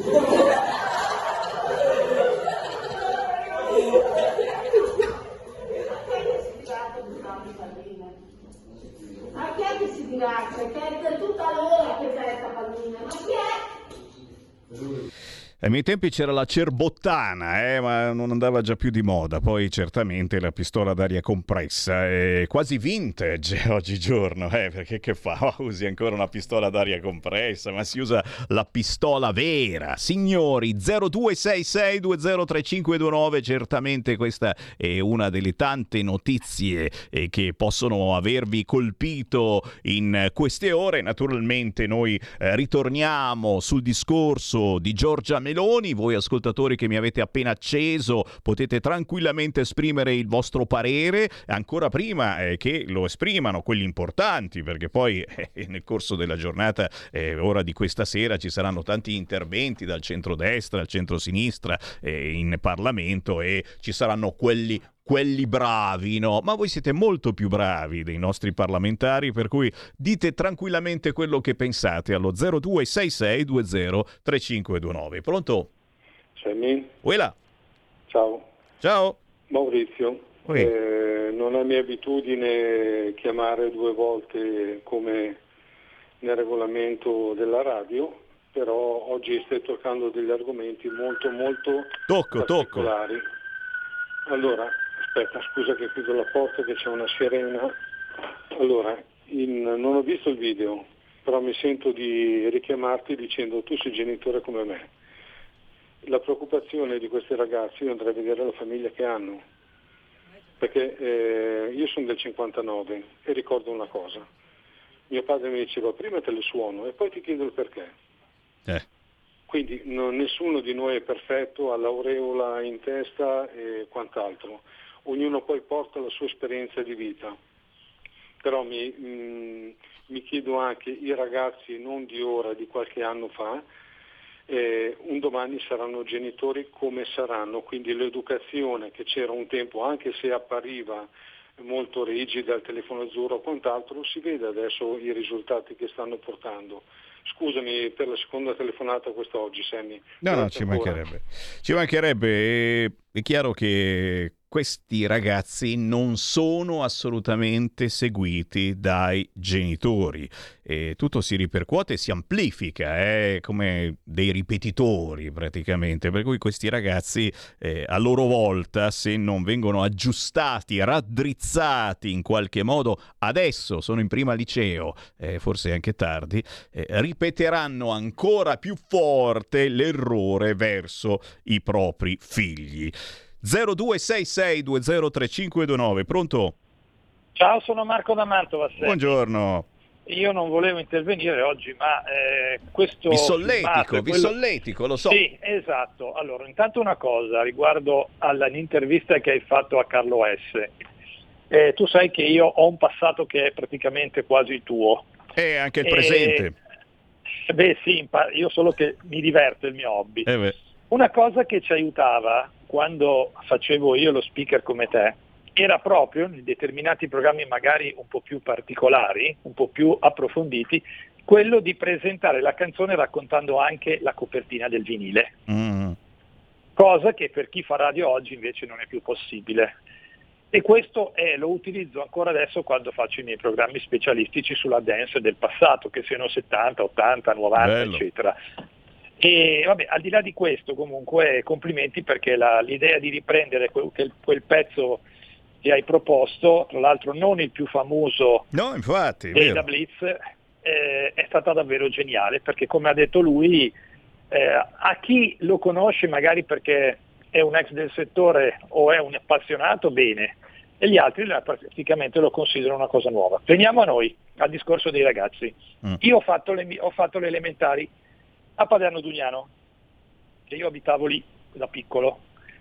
Ma chi è che si dirà? Che è per tutta l'ora che c'è questa pallina? Ma chi è? Ai miei tempi c'era la cerbottana, eh, ma non andava già più di moda. Poi certamente la pistola d'aria compressa è quasi vintage oggigiorno, eh, perché che fa? Oh, usi ancora una pistola d'aria compressa, ma si usa la pistola vera. Signori, zero due sei sei due zero tre cinque due nove, certamente questa è una delle tante notizie eh, che possono avervi colpito in queste ore. Naturalmente noi eh, ritorniamo sul discorso di Giorgia Meloni. Voi ascoltatori che mi avete appena acceso potete tranquillamente esprimere il vostro parere ancora prima eh, che lo esprimano quelli importanti, perché poi eh, nel corso della giornata, eh, ora di questa sera, ci saranno tanti interventi dal centrodestra al centrosinistra eh, in Parlamento, e ci saranno quelli quelli bravi, no? Ma voi siete molto più bravi dei nostri parlamentari, per cui dite tranquillamente quello che pensate allo zero due sei sei due zero tre cinque due nove. Pronto? Sammy? Uela. Ciao. Ciao. Maurizio. Eh, non è mia abitudine chiamare due volte come nel regolamento della radio, però oggi stai toccando degli argomenti molto molto tocco, particolari. Tocco. Allora, aspetta, scusa che chiudo la porta che c'è una sirena. Allora, in, non ho visto il video, però mi sento di richiamarti dicendo tu sei genitore come me. La preoccupazione di questi ragazzi, io andrei a vedere la famiglia che hanno, perché eh, io sono del cinquantanove e ricordo una cosa. Mio padre mi diceva prima te le suono e poi ti chiedo il perché. Eh. Quindi no, nessuno di noi è perfetto, ha l'aureola in testa e quant'altro. Ognuno poi porta la sua esperienza di vita. Però mi, mh, mi chiedo anche, i ragazzi non di ora, di qualche anno fa, eh, un domani saranno genitori come saranno, quindi l'educazione che c'era un tempo, anche se appariva molto rigida, il telefono azzurro o quant'altro, si vede adesso i risultati che stanno portando. Scusami per la seconda telefonata quest'oggi, Sammy. No, no, ci mancherebbe. Ci mancherebbe. È chiaro che questi ragazzi non sono assolutamente seguiti dai genitori e tutto si ripercuote e si amplifica, è come dei ripetitori praticamente, per cui questi ragazzi eh, a loro volta, se non vengono aggiustati, raddrizzati in qualche modo, adesso sono in prima liceo, eh, forse anche tardi, eh, ripeteranno ancora più forte l'errore verso i propri figli. zero due sei sei due zero tre cinque due nove. Pronto? Ciao, sono Marco da Mantova. Buongiorno. Io non volevo intervenire oggi, ma eh, questo... Vi solletico, vi quello... solletico, lo so. Sì, esatto. Allora, intanto una cosa riguardo all'intervista che hai fatto a Carlo S. Eh, tu sai che io ho un passato che è praticamente quasi il tuo. E anche il presente. Eh, beh sì, io solo che mi diverte, il mio hobby. Eh beh. Una cosa che ci aiutava quando facevo io lo speaker come te era proprio in determinati programmi magari un po' più particolari, un po' più approfonditi, quello di presentare la canzone raccontando anche la copertina del vinile. Mm. Cosa che per chi fa radio oggi invece non è più possibile. E questo è, lo utilizzo ancora adesso quando faccio i miei programmi specialistici sulla dance del passato, che siano settanta, ottanta, novanta, Bello. eccetera. E vabbè, al di là di questo comunque complimenti, perché la, l'idea di riprendere quel, quel, quel pezzo che hai proposto, tra l'altro non il più famoso no, infatti, dei vero. da Blitz, eh, è stata davvero geniale, perché come ha detto lui, eh, a chi lo conosce magari perché è un ex del settore o è un appassionato, bene, e gli altri praticamente lo considerano una cosa nuova. Veniamo a noi, al discorso dei ragazzi. Mm. Io ho fatto le, ho fatto le elementari a Paderno Dugnano, che io abitavo lì da piccolo,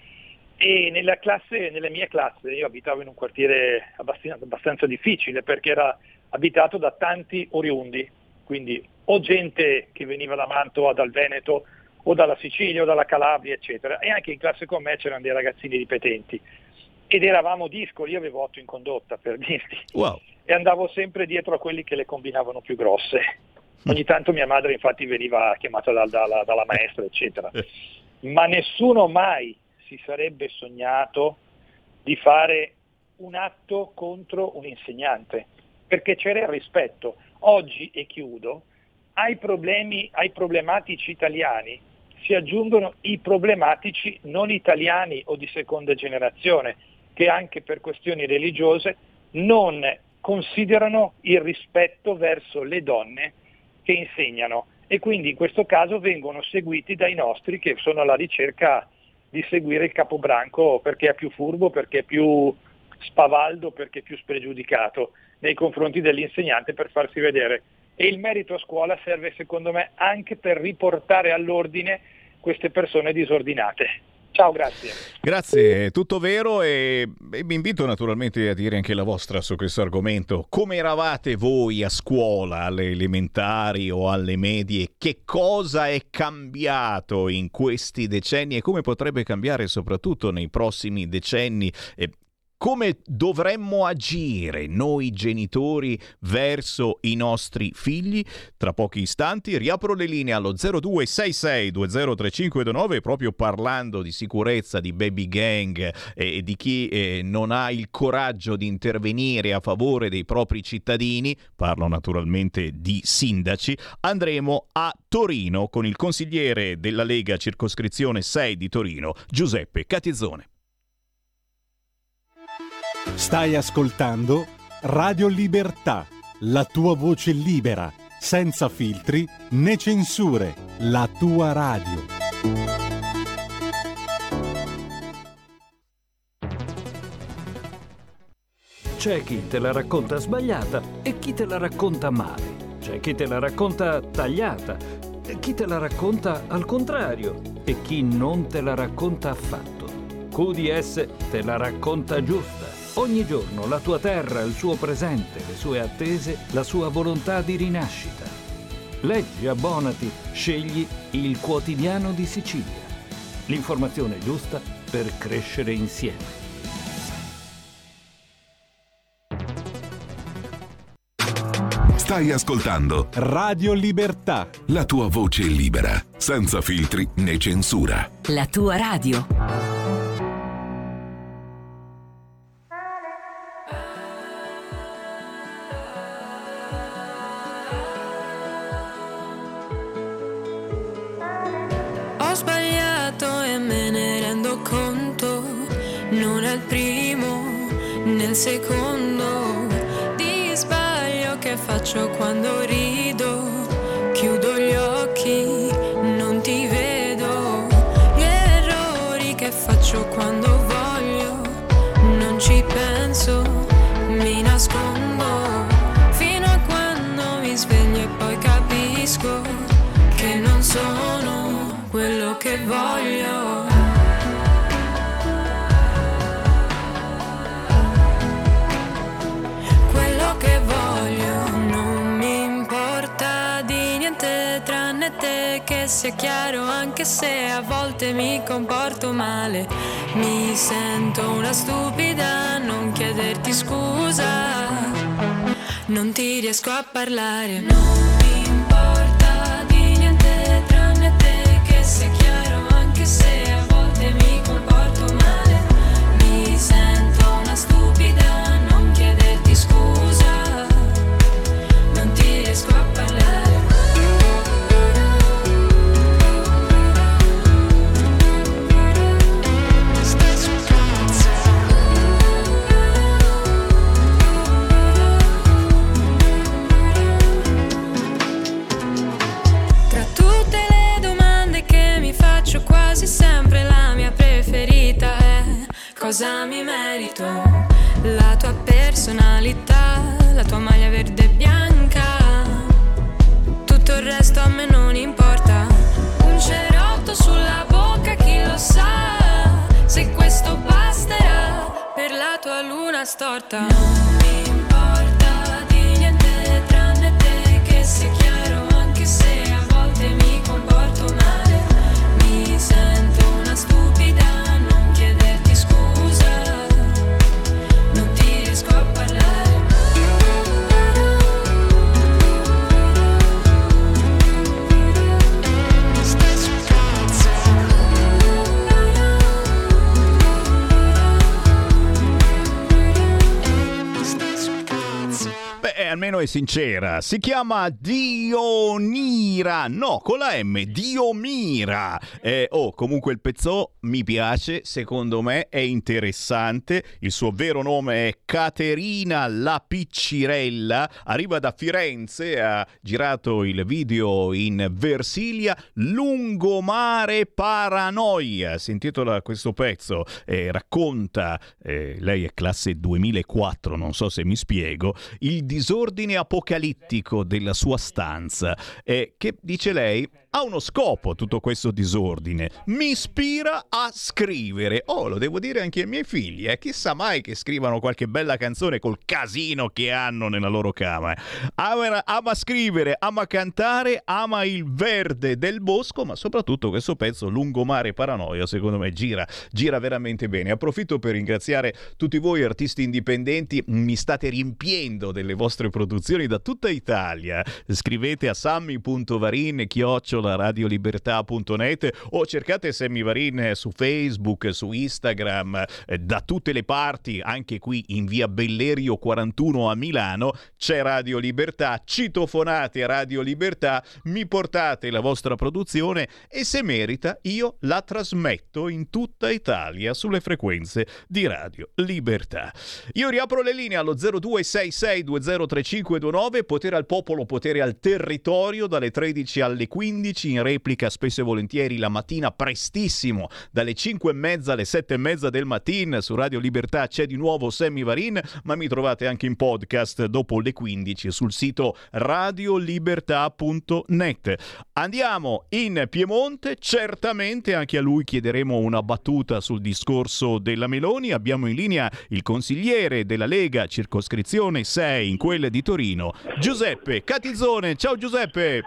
e nella classe, nelle mie classi io abitavo in un quartiere abbastanza, abbastanza difficile, perché era abitato da tanti oriundi, quindi o gente che veniva da Mantova, dal Veneto, o dalla Sicilia, o dalla Calabria, eccetera, e anche in classe con me c'erano dei ragazzini ripetenti, ed eravamo discoli, io avevo otto in condotta, per dirti, wow. E andavo sempre dietro a quelli che le combinavano più grosse. Ogni tanto mia madre infatti veniva chiamata da, da, dalla maestra, eccetera. Ma nessuno mai si sarebbe sognato di fare un atto contro un insegnante, perché c'era il rispetto. Oggi, e chiudo, ai problemi, ai problematici italiani si aggiungono i problematici non italiani o di seconda generazione, che anche per questioni religiose non considerano il rispetto verso le donne che insegnano, e quindi in questo caso vengono seguiti dai nostri che sono alla ricerca di seguire il capobranco perché è più furbo, perché è più spavaldo, perché è più spregiudicato nei confronti dell'insegnante, per farsi vedere. E il merito a scuola serve secondo me anche per riportare all'ordine queste persone disordinate. Ciao, grazie. Grazie, tutto vero, e, e vi invito naturalmente a dire anche la vostra su questo argomento. Come eravate voi a scuola, alle elementari o alle medie? Che cosa è cambiato in questi decenni e come potrebbe cambiare soprattutto nei prossimi decenni? E come dovremmo agire noi genitori verso i nostri figli. Tra pochi istanti riapro le linee allo zero due sei sei due zero tre cinque due nove, proprio parlando di sicurezza, di baby gang e di chi eh, non ha il coraggio di intervenire a favore dei propri cittadini. Parlo naturalmente di sindaci. Andremo a Torino con il consigliere della Lega circoscrizione sei di Torino, Giuseppe Catizzone. Stai ascoltando Radio Libertà, la tua voce libera, senza filtri né censure, la tua radio. C'è chi te la racconta sbagliata e chi te la racconta male. C'è chi te la racconta tagliata e chi te la racconta al contrario e chi non te la racconta affatto. Q D S te la racconta giusta. Ogni giorno la tua terra, il suo presente, le sue attese, la sua volontà di rinascita. Leggi, abbonati, scegli il Quotidiano di Sicilia. L'informazione giusta per crescere insieme. Stai ascoltando Radio Libertà, la tua voce libera, senza filtri né censura. La tua radio. Non è il primo né il secondo di sbaglio che faccio quando rido. Chiudo gli occhi, non ti vedo. Gli errori che faccio quando voglio, non ci penso, mi nascondo. Fino a quando mi sveglio e poi capisco che non sono quello che voglio. Che voglio, non mi importa di niente tranne te, che sia chiaro, anche se a volte mi comporto male. Mi sento una stupida, non chiederti scusa, non ti riesco a parlare. Non mi importa di niente tranne te, che sia chiaro, anche se a volte mi comporto male. Mi sento una stupida, non chiederti scusa, non ti riesco a parlare. Tra tutte le domande che mi faccio, quasi sempre la mia preferita è: cosa mi merito? La tua personalità, la tua maglia verde e bianca, tutto il resto a me non importa. Un cerotto sulla bocca, chi lo sa, se questo basterà per la tua luna storta. Non mi importa di niente tranne te, che sia chiaro, anche se a volte mi comporto male. Mi sento una stupida, non chiederti scusa, non ti riesco a parlare. Beh, almeno è sincera. Si chiama Dionira, no, con la M, Diomira. Eh, oh, comunque il pezzo mi piace, secondo me è interessante. Il suo vero nome è Caterina La Piccirella, arriva da Firenze, ha girato il video in Versilia. Lungomare Paranoia, si intitola questo pezzo, eh, racconta, eh, lei è classe duemilaquattro, non so se mi spiego, il disordine fine apocalittico della sua stanza, eh, che dice lei ha uno scopo tutto questo disordine, mi ispira a scrivere. Oh, lo devo dire anche ai miei figli, eh? Chissà mai che scrivano qualche bella canzone col casino che hanno nella loro camera. Ama, ama scrivere, ama cantare, ama il verde del bosco, ma soprattutto questo pezzo Lungomare Paranoia secondo me gira, gira veramente bene. Approfitto per ringraziare tutti voi artisti indipendenti, mi state riempiendo delle vostre produzioni da tutta Italia. Scrivete a sammy punto varin chiocciola radiolibertà punto net o cercate Sammy Varin su Facebook, su Instagram, eh, da tutte le parti, anche qui in via Bellerio quarantuno a Milano c'è Radio Libertà, citofonate a Radio Libertà, mi portate la vostra produzione e se merita io la trasmetto in tutta Italia sulle frequenze di Radio Libertà. Io riapro le linee allo zero due sei sei due zero tre cinque due nove, potere al popolo, potere al territorio, dalle tredici alle quindici, in replica spesso e volentieri la mattina prestissimo dalle cinque e mezza alle sette e mezza del mattino su Radio Libertà c'è di nuovo Sammy Varin, ma mi trovate anche in podcast dopo le quindici sul sito radiolibertà punto net. Andiamo in Piemonte, certamente anche a lui chiederemo una battuta sul discorso della Meloni. Abbiamo in linea il consigliere della Lega circoscrizione sei in quella di Torino, Giuseppe Catizzone. Ciao Giuseppe.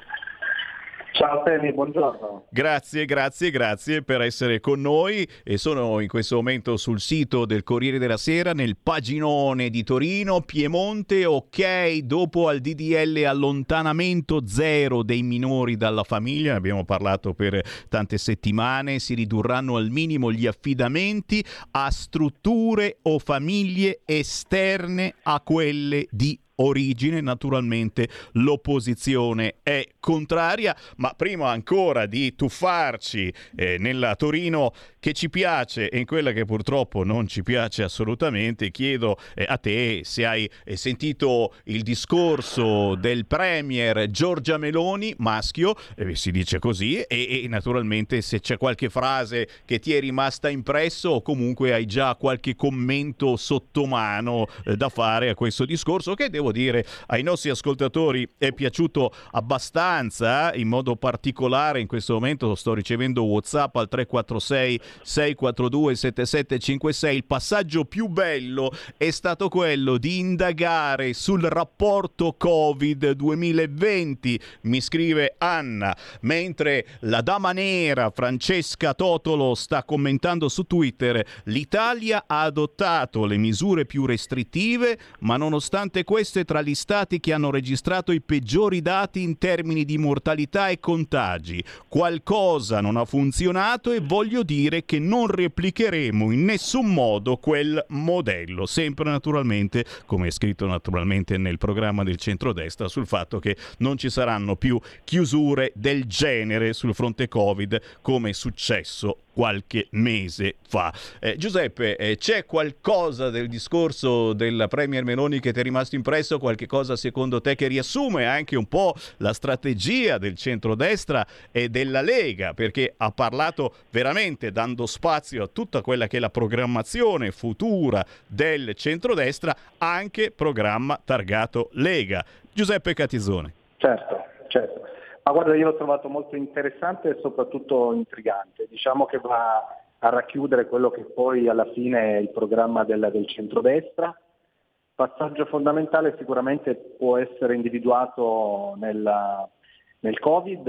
Ciao Temi, buongiorno. Grazie, grazie, grazie per essere con noi e sono in questo momento sul sito del Corriere della Sera, nel paginone di Torino, Piemonte, ok, dopo al D D L allontanamento zero dei minori dalla famiglia, ne abbiamo parlato per tante settimane, si ridurranno al minimo gli affidamenti a strutture o famiglie esterne a quelle di origine. Naturalmente l'opposizione è contraria, ma prima ancora di tuffarci eh, nella Torino che ci piace e in quella che purtroppo non ci piace assolutamente, chiedo eh, a te se hai eh, sentito il discorso del premier Giorgia Meloni, maschio, eh, si dice così, e, e naturalmente se c'è qualche frase che ti è rimasta impresso o comunque hai già qualche commento sotto mano eh, da fare a questo discorso, che devo dire ai nostri ascoltatori è piaciuto abbastanza. In modo particolare in questo momento sto ricevendo WhatsApp al tre quattro sei sei quattro due sette sette cinque sei. Il passaggio più bello è stato quello di indagare sul rapporto Covid duemilaventi, mi scrive Anna, mentre la dama nera Francesca Totolo sta commentando su Twitter: l'Italia ha adottato le misure più restrittive, ma nonostante questo è tra gli stati che hanno registrato i peggiori dati in termini di mortalità e contagi. Qualcosa non ha funzionato e voglio dire che non replicheremo in nessun modo quel modello. Sempre naturalmente, come è scritto naturalmente nel programma del centrodestra, sul fatto che non ci saranno più chiusure del genere sul fronte Covid come è successo qualche mese fa. Eh, Giuseppe, eh, c'è qualcosa del discorso della Premier Meloni che ti è rimasto impresso? Qualche cosa secondo te che riassume anche un po' la strategia del centrodestra e della Lega? Perché ha parlato veramente dando spazio a tutta quella che è la programmazione futura del centrodestra, anche programma targato Lega. Giuseppe Catizzone. Certo, certo. Ma guarda, io l'ho trovato molto interessante e soprattutto intrigante. Diciamo che va a racchiudere quello che poi alla fine è il programma del, del centrodestra. Passaggio fondamentale sicuramente può essere individuato nella, nel Covid,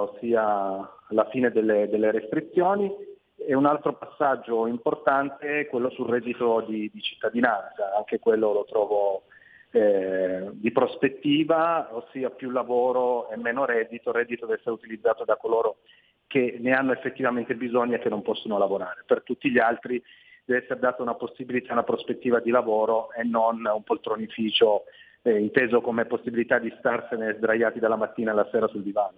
ossia la fine delle, delle restrizioni, e un altro passaggio importante è quello sul reddito di, di cittadinanza. Anche quello lo trovo Eh, di prospettiva, ossia più lavoro e meno reddito. Il reddito deve essere utilizzato da coloro che ne hanno effettivamente bisogno e che non possono lavorare. Per tutti gli altri deve essere data una possibilità, una prospettiva di lavoro e non un poltronificio eh, inteso come possibilità di starsene sdraiati dalla mattina alla sera sul divano.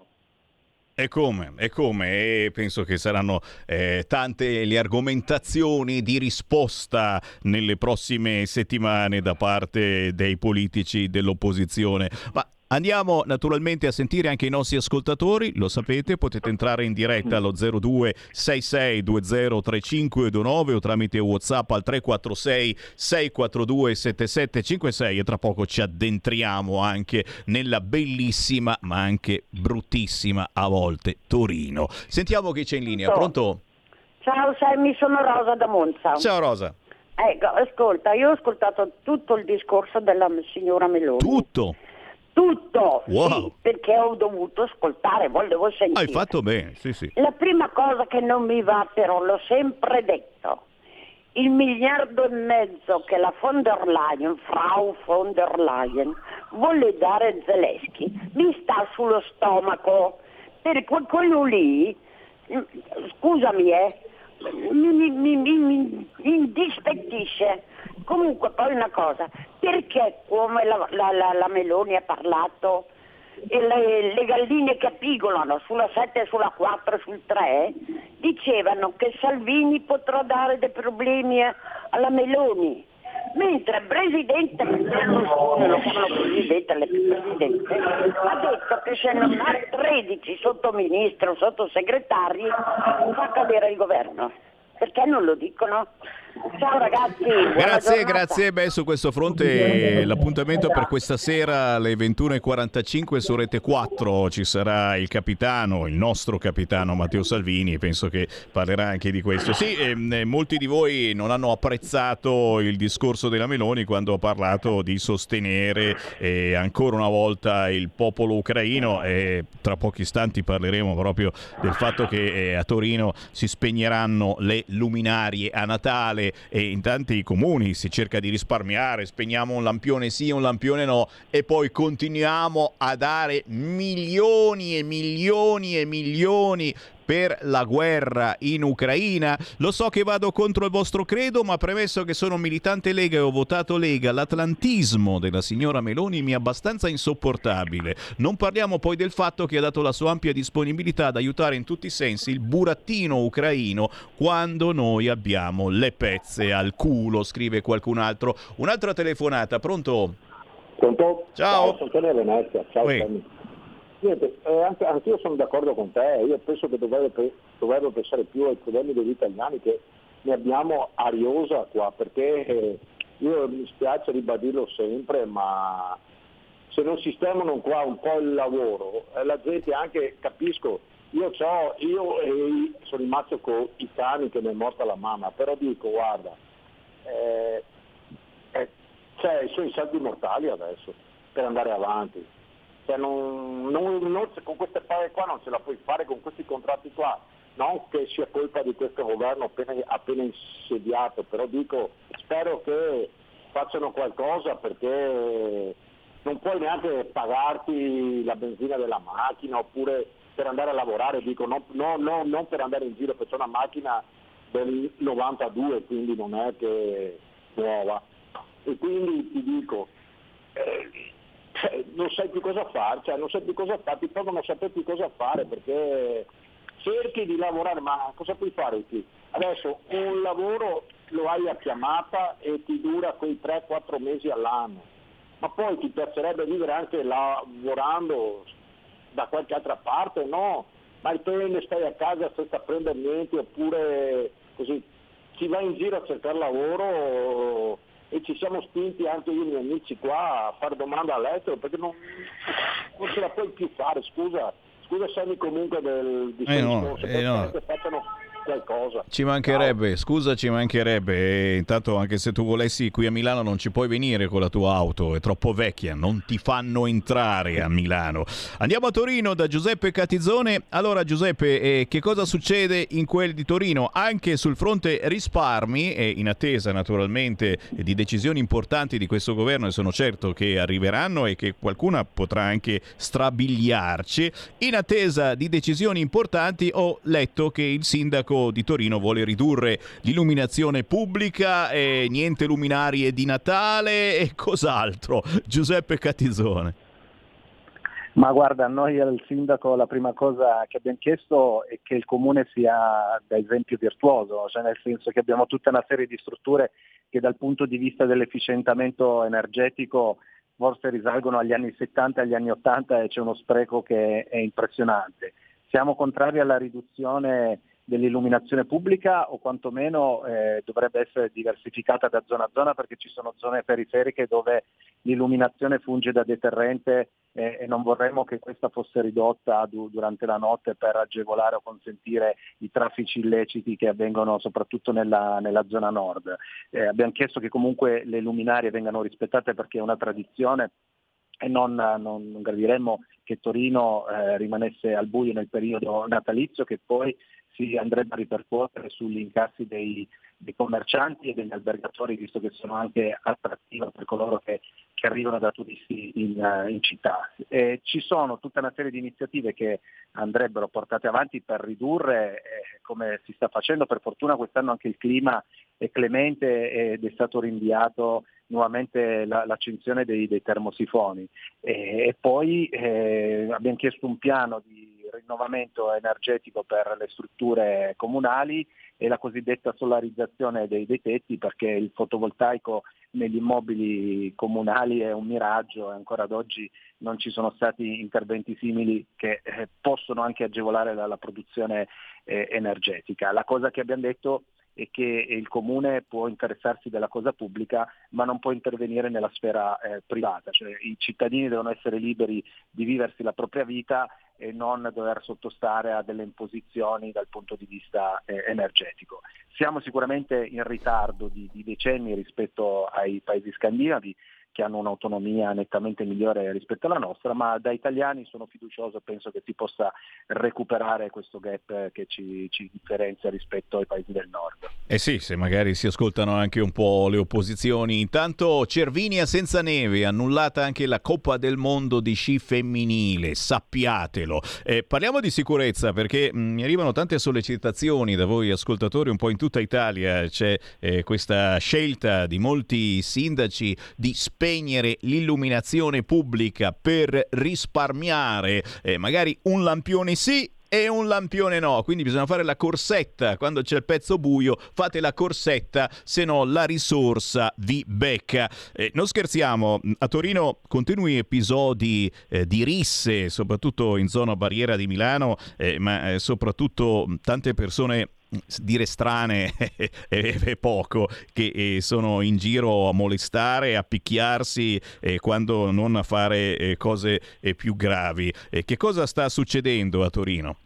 E come, e come, e penso che saranno eh, tante le argomentazioni di risposta nelle prossime settimane da parte dei politici dell'opposizione. Ma Andiamo naturalmente a sentire anche i nostri ascoltatori, lo sapete, potete entrare in diretta allo zero due sei sei due zero tre cinque due nove o tramite WhatsApp al tre quattro sei sei quattro due sette sette cinque sei e tra poco ci addentriamo anche nella bellissima ma anche bruttissima a volte Torino. Sentiamo chi c'è in linea, pronto? Ciao Sammy, sono Rosa da Monza. Ciao Rosa. Ecco, ascolta, io ho ascoltato tutto il discorso della signora Meloni. Tutto? Tutto, wow. Sì, perché ho dovuto ascoltare, volevo sentire. Hai fatto bene, sì sì. La prima cosa che non mi va però, l'ho sempre detto, il miliardo e mezzo che la von der Leyen, Frau von der Leyen, vuole dare a Zelensky, mi sta sullo stomaco, per quello lì, scusami eh, mi, mi, mi, mi, mi indispettisce. Comunque poi una cosa, perché come la, la, la, la Meloni ha parlato, e le, le galline che pigolano sulla sette, sulla quattro e sul tre, dicevano che Salvini potrà dare dei problemi alla Meloni, mentre il presidente Berlusconi, lo fanno presidente, le presidente, ha detto che se non ha tredici sottoministri o sottosegretari fa cadere il governo. Perché non lo dicono? Ciao ragazzi, grazie, grazie. Beh, su questo fronte l'appuntamento per questa sera alle ventuno e quarantacinque su Rete quattro ci sarà il capitano, il nostro capitano Matteo Salvini, penso che parlerà anche di questo. Sì, eh, molti di voi non hanno apprezzato il discorso della Meloni quando ha parlato di sostenere eh, ancora una volta il popolo ucraino, e tra pochi istanti parleremo proprio del fatto che eh, a Torino si spegneranno le luminarie a Natale e in tanti comuni si cerca di risparmiare, spegniamo un lampione sì, un lampione no e poi continuiamo a dare milioni e milioni e milioni per la guerra in Ucraina. Lo so che vado contro il vostro credo, ma premesso che sono militante Lega e ho votato Lega, l'atlantismo della signora Meloni mi è abbastanza insopportabile. Non parliamo poi del fatto che ha dato la sua ampia disponibilità ad aiutare in tutti i sensi il burattino ucraino quando noi abbiamo le pezze al culo, scrive qualcun altro. Un'altra telefonata, pronto? Pronto? Ciao. Ciao, sono Tony Venezia. Ciao. Niente, eh, anche, anch'io sono d'accordo con te, io penso che dovrebbe, dovrebbe pensare più ai problemi degli italiani, che ne abbiamo a riosa qua, perché eh, io mi spiace ribadirlo sempre, ma se non sistemano qua un po' il lavoro, eh, la gente anche, capisco, io, c'ho, io eh, sono rimasto con i cani che mi è morta la mamma, però dico guarda, eh, eh, cioè, sono i saldi mortali adesso per andare avanti. Cioè non, non, non, con queste paghe qua non ce la puoi fare, con questi contratti qua, non che sia colpa di questo governo appena, appena insediato, però dico, spero che facciano qualcosa, perché non puoi neanche pagarti la benzina della macchina oppure per andare a lavorare, dico no, no, no, non per andare in giro, perché c'è una macchina del novantadue, quindi non è che nuova, e quindi ti dico eh, Cioè, non sai più cosa fare, cioè non sai più cosa fare, ti fanno non sapere più cosa fare, perché cerchi di lavorare, ma cosa puoi fare qui? Adesso un lavoro lo hai a chiamata e ti dura quei tre quattro mesi all'anno, ma poi ti piacerebbe vivere anche lavorando da qualche altra parte? No, ma te ne stai a casa senza prendere niente, oppure così si va in giro a cercare lavoro. E ci siamo spinti anche io e i miei amici qua a fare domande all'estero, perché non, non ce la puoi più fare, scusa, scusa Sammy comunque del eh no, discorso, eh no. che facciano qualcosa. Ci mancherebbe, no. Scusa, ci mancherebbe. E intanto anche se tu volessi qui a Milano non ci puoi venire con la tua auto, è troppo vecchia, non ti fanno entrare a Milano. Andiamo a Torino da Giuseppe Catizzone. Allora Giuseppe, eh, che cosa succede in quel di Torino? Anche sul fronte risparmi, e in attesa naturalmente di decisioni importanti di questo governo, e sono certo che arriveranno e che qualcuna potrà anche strabiliarci. In attesa di decisioni importanti ho letto che il sindaco di Torino vuole ridurre l'illuminazione pubblica e niente luminarie di Natale e cos'altro. Giuseppe Catizzone. Ma guarda, noi al sindaco la prima cosa che abbiamo chiesto è che il comune sia da esempio virtuoso, cioè nel senso che abbiamo tutta una serie di strutture che dal punto di vista dell'efficientamento energetico forse risalgono agli anni settanta e agli anni ottanta e c'è uno spreco che è impressionante. Siamo contrari alla riduzione dell'illuminazione pubblica o quantomeno eh, dovrebbe essere diversificata da zona a zona, perché ci sono zone periferiche dove l'illuminazione funge da deterrente eh, e non vorremmo che questa fosse ridotta du- durante la notte per agevolare o consentire i traffici illeciti che avvengono soprattutto nella, nella zona nord. Eh, abbiamo chiesto che comunque le luminarie vengano rispettate perché è una tradizione e non, non, non gradiremmo che Torino eh, rimanesse al buio nel periodo natalizio, che poi si andrebbe a ripercuotere sugli incassi dei, dei commercianti e degli albergatori, visto che sono anche attrattiva per coloro che, che arrivano da turisti in, in città. E ci sono tutta una serie di iniziative che andrebbero portate avanti per ridurre, eh, come si sta facendo. Per fortuna quest'anno anche il clima è clemente ed è stato rinviato nuovamente la, l'accensione dei, dei termosifoni e, e poi eh, abbiamo chiesto un piano di rinnovamento energetico per le strutture comunali e la cosiddetta solarizzazione dei, dei tetti, perché il fotovoltaico negli immobili comunali è un miraggio e ancora ad oggi non ci sono stati interventi simili che eh, possono anche agevolare la, la produzione eh, energetica. La cosa che abbiamo detto è che il comune può interessarsi della cosa pubblica ma non può intervenire nella sfera eh, privata, cioè i cittadini devono essere liberi di viversi la propria vita e non dover sottostare a delle imposizioni dal punto di vista eh, energetico. Siamo sicuramente in ritardo di, di decenni rispetto ai paesi scandinavi, che hanno un'autonomia nettamente migliore rispetto alla nostra, ma da italiani sono fiducioso, penso che si possa recuperare questo gap che ci, ci differenzia rispetto ai paesi del nord. Eh sì, se magari si ascoltano anche un po' le opposizioni. Intanto Cervinia senza neve, annullata anche la Coppa del Mondo di sci femminile, sappiatelo. Eh, parliamo di sicurezza, perché mh, mi arrivano tante sollecitazioni da voi ascoltatori un po' in tutta Italia. C'è eh, questa scelta di molti sindaci di spegnere l'illuminazione pubblica per risparmiare eh, magari un lampione sì e un lampione no, quindi bisogna fare la corsetta. Quando c'è il pezzo buio fate la corsetta, se no la risorsa vi becca. Eh, non scherziamo, a Torino continui episodi eh, di risse, soprattutto in zona Barriera di Milano, eh, ma eh, soprattutto tante persone, dire strane è poco, che eh, sono in giro a molestare, a picchiarsi eh, quando non a fare eh, cose eh, più gravi. Eh, che cosa sta succedendo a Torino?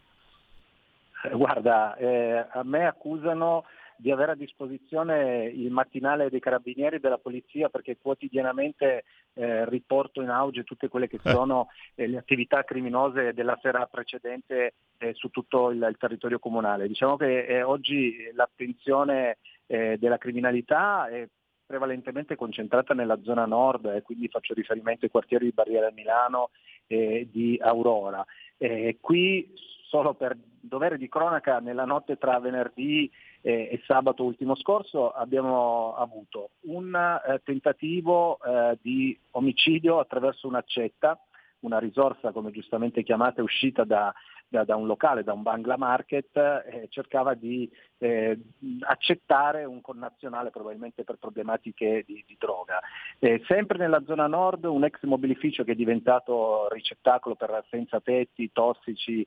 Guarda, eh, a me accusano di avere a disposizione il mattinale dei carabinieri e della polizia, perché quotidianamente eh, riporto in auge tutte quelle che sono eh, le attività criminose della sera precedente eh, su tutto il, il territorio comunale. Diciamo che eh, oggi l'attenzione eh, della criminalità è prevalentemente concentrata nella zona nord, e eh, quindi faccio riferimento ai quartieri di Barriera di Milano e di Aurora. Eh, qui, solo per dovere di cronaca, nella notte tra venerdì e, e sabato ultimo scorso abbiamo avuto un eh, tentativo eh, di omicidio attraverso un'accetta, una risorsa, come giustamente chiamata, uscita da, da, da un locale, da un Bangla Market, eh, cercava di eh, accettare un connazionale probabilmente per problematiche di, di droga. Eh, sempre nella zona nord un ex mobilificio che è diventato ricettacolo per senza tetti, tossici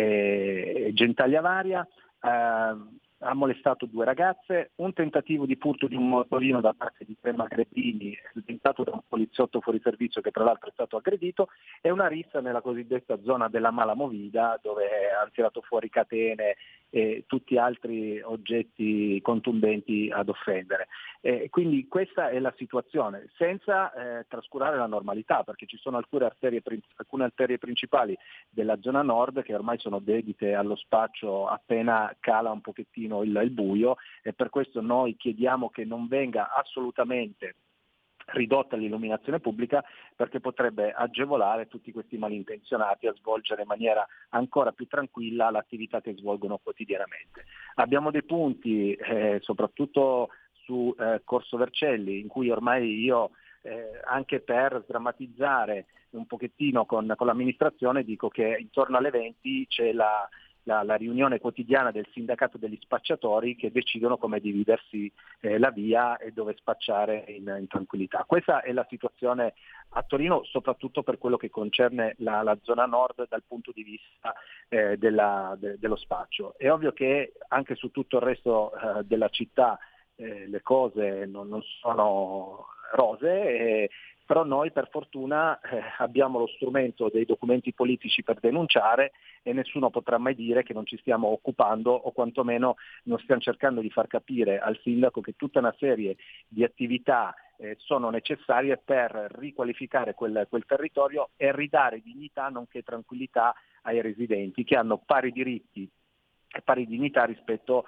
e gentaglia varia, eh, ha molestato due ragazze, un tentativo di furto di un motorino da parte di tre magrebini tentato da un poliziotto fuori servizio che tra l'altro è stato aggredito, e una rissa nella cosiddetta zona della Mala Movida, dove hanno tirato fuori catene e tutti altri oggetti contundenti ad offendere. Eh, quindi questa è la situazione, senza eh, trascurare la normalità, perché ci sono alcune arterie, alcune arterie principali della zona nord che ormai sono dedite allo spaccio appena cala un pochettino il, il buio, e per questo noi chiediamo che non venga assolutamente ridotta l'illuminazione pubblica, perché potrebbe agevolare tutti questi malintenzionati a svolgere in maniera ancora più tranquilla l'attività che svolgono quotidianamente. Abbiamo dei punti, eh, soprattutto su eh, Corso Vercelli, in cui ormai io, eh, anche per sdrammatizzare un pochettino con, con l'amministrazione, dico che intorno alle venti c'è la la, la riunione quotidiana del sindacato degli spacciatori che decidono come dividersi eh, la via e dove spacciare in, in tranquillità. Questa è la situazione a Torino, soprattutto per quello che concerne la, la zona nord dal punto di vista eh, della, de, dello spaccio. È ovvio che anche su tutto il resto eh, della città eh, le cose non, non sono rose, eh, però noi per fortuna eh, abbiamo lo strumento dei documenti politici per denunciare e nessuno potrà mai dire che non ci stiamo occupando o quantomeno non stiamo cercando di far capire al sindaco che tutta una serie di attività eh, sono necessarie per riqualificare quel, quel territorio e ridare dignità nonché tranquillità ai residenti che hanno pari diritti e pari dignità rispetto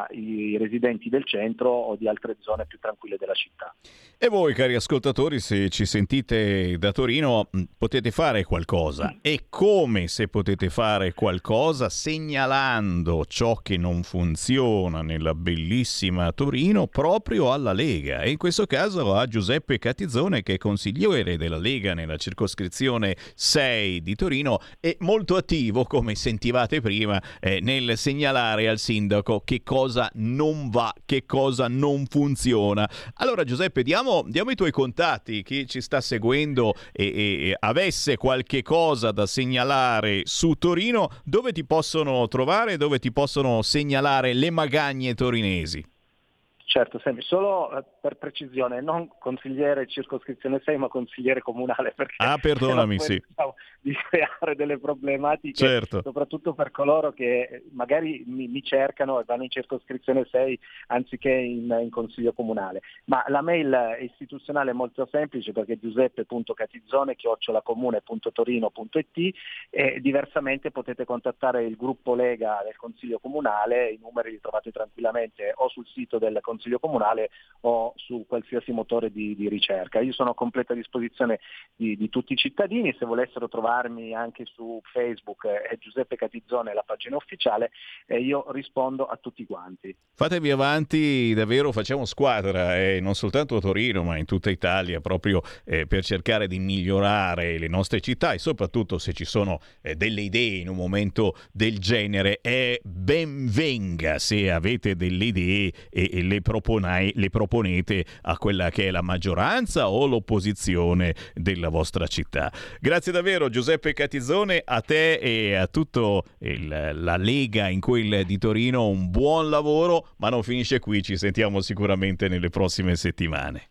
ai residenti del centro o di altre zone più tranquille della città. E voi, cari ascoltatori, se ci sentite da Torino, potete fare qualcosa. E come se potete fare qualcosa? Segnalando ciò che non funziona nella bellissima Torino proprio alla Lega. E in questo caso a Giuseppe Catizzone, che è consigliere della Lega nella circoscrizione sei di Torino e molto attivo, come sentivate prima, eh, nel segnalare al sindaco che cosa non va, che cosa non funziona. Allora Giuseppe, diamo, diamo i tuoi contatti, chi ci sta seguendo e, e, e avesse qualche cosa da segnalare su Torino, dove ti possono trovare, dove ti possono segnalare le magagne torinesi? Certo, sempre. Solo eh, per precisione, non consigliere circoscrizione sei, ma consigliere comunale, perché ah, perdonami, sì. di creare delle problematiche, certo. soprattutto per coloro che magari mi, mi cercano e vanno in circoscrizione sei anziché in, in consiglio comunale. Ma la mail istituzionale è molto semplice, perché è giuseppe punto catizzone chiocciola comune punto torino punto it, e diversamente potete contattare il gruppo Lega del consiglio comunale. I numeri li trovate tranquillamente o sul sito del consiglio comunale o su qualsiasi motore di, di ricerca. Io sono a completa disposizione di, di tutti i cittadini. Se volessero trovarmi anche su Facebook è eh, Giuseppe Catizzone, la pagina ufficiale, e eh, io rispondo a tutti quanti. Fatevi avanti, davvero, facciamo squadra, eh, non soltanto a Torino ma in tutta Italia, proprio eh, per cercare di migliorare le nostre città, e soprattutto se ci sono eh, delle idee in un momento del genere, è ben venga se avete delle idee e, e le Proponai, le proponete a quella che è la maggioranza o l'opposizione della vostra città. Grazie davvero Giuseppe Catizzone, a te e a tutto il, la Lega in quel di Torino, un buon lavoro, ma non finisce qui, ci sentiamo sicuramente nelle prossime settimane.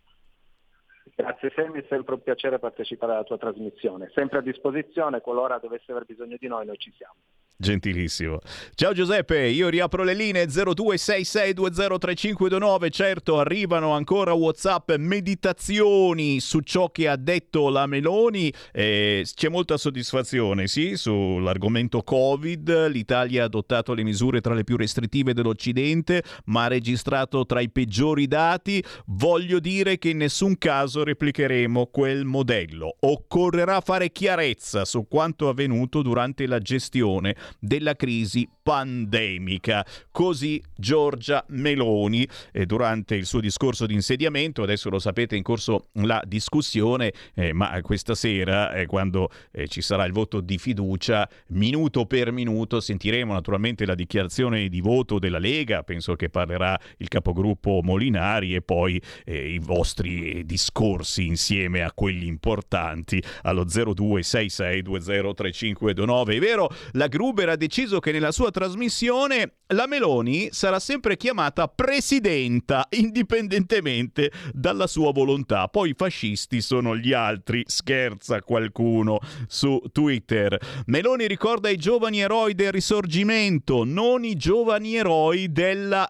Grazie Sammy, è sempre un piacere partecipare alla tua trasmissione, sempre a disposizione, qualora dovesse aver bisogno di noi, noi ci siamo. Gentilissimo. Ciao Giuseppe, io riapro le linee zero due sei sei due zero tre cinque due nove. Certo, arrivano ancora WhatsApp, meditazioni su ciò che ha detto la Meloni. Eh, c'è molta soddisfazione, sì, sull'argomento Covid. L'Italia ha adottato le misure tra le più restrittive dell'Occidente, ma ha registrato tra i peggiori dati. Voglio dire che in nessun caso replicheremo quel modello. Occorrerà fare chiarezza su quanto avvenuto durante la gestione della crisi pandemica. Così Giorgia Meloni eh, durante il suo discorso di insediamento. Adesso lo sapete, è in corso la discussione, eh, ma questa sera eh, quando eh, ci sarà il voto di fiducia, minuto per minuto sentiremo naturalmente la dichiarazione di voto della Lega. Penso che parlerà il capogruppo Molinari e poi eh, i vostri discorsi insieme a quelli importanti allo zero due sei sei due zero tre cinque due nove. È vero, la Gruber ha deciso che nella sua trasmissione la Meloni sarà sempre chiamata presidenta, indipendentemente dalla sua volontà. Poi i fascisti sono gli altri, scherza qualcuno su Twitter. Meloni ricorda i giovani eroi del Risorgimento, non i giovani eroi della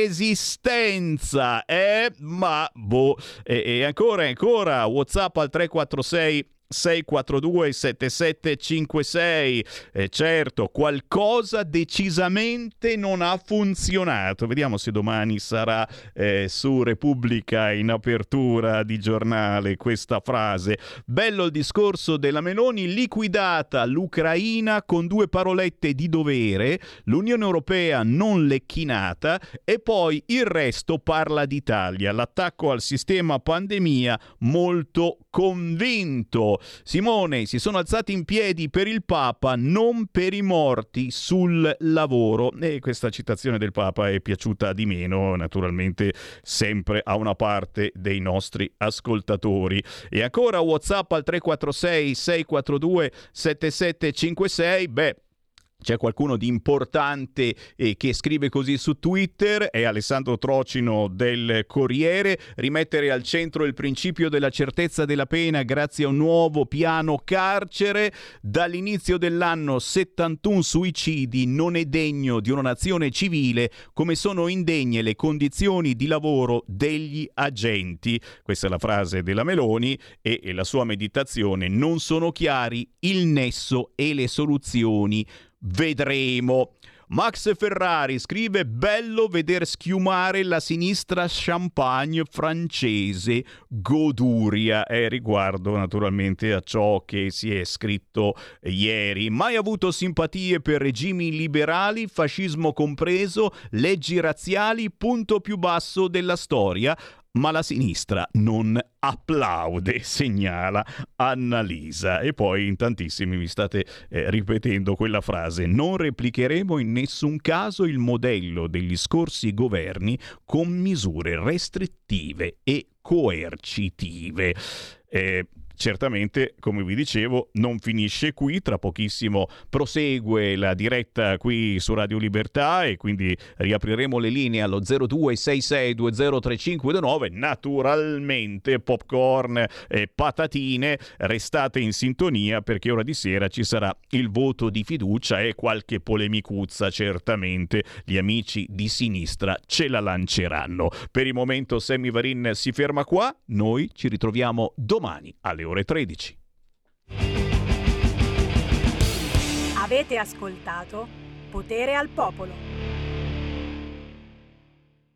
Resistenza. Eh, ma boh. E, e ancora, ancora, WhatsApp al tre quattro sei sei quattro due sette sette cinque sei. Eh, certo, qualcosa decisamente non ha funzionato. Vediamo se domani sarà eh, su Repubblica in apertura di giornale questa frase. Bello il discorso della Meloni, liquidata l'Ucraina con due parolette di dovere, l'Unione Europea non lecchinata e poi il resto parla d'Italia. L'attacco al sistema pandemia molto convinto. Simone, si sono alzati in piedi per il Papa, non per i morti sul lavoro. E questa citazione del Papa è piaciuta di meno, naturalmente sempre a una parte dei nostri ascoltatori. E ancora WhatsApp al tre quattro sei sei quattro due sette sette cinque sei. Beh, c'è qualcuno di importante eh, che scrive così su Twitter, è Alessandro Trocino del Corriere: rimettere al centro il principio della certezza della pena grazie a un nuovo piano carcere. Dall'inizio dell'anno settantuno suicidi, non è degno di una nazione civile come sono indegne le condizioni di lavoro degli agenti. Questa è la frase della Meloni e, e la sua meditazione: non sono chiari il nesso e le soluzioni. Vedremo. Max Ferrari scrive: bello veder schiumare la sinistra champagne francese, goduria. È riguardo naturalmente a ciò che si è scritto ieri. Mai avuto simpatie per regimi liberali, fascismo compreso, leggi razziali, punto più basso della storia. Ma la sinistra non applaude, segnala Annalisa. E poi in tantissimi mi state eh, ripetendo quella frase: non replicheremo in nessun caso il modello degli scorsi governi con misure restrittive e coercitive. Eh, Certamente, come vi dicevo, non finisce qui. Tra pochissimo prosegue la diretta qui su Radio Libertà e quindi riapriremo le linee allo zero due sei sei due zero tre cinque due nove. Naturalmente popcorn e patatine, restate in sintonia perché ora di sera ci sarà il voto di fiducia e qualche polemicuzza. Certamente gli amici di sinistra ce la lanceranno. Per il momento Sammy Varin si ferma qua, noi ci ritroviamo domani alle ore tredici. Avete ascoltato Potere al Popolo.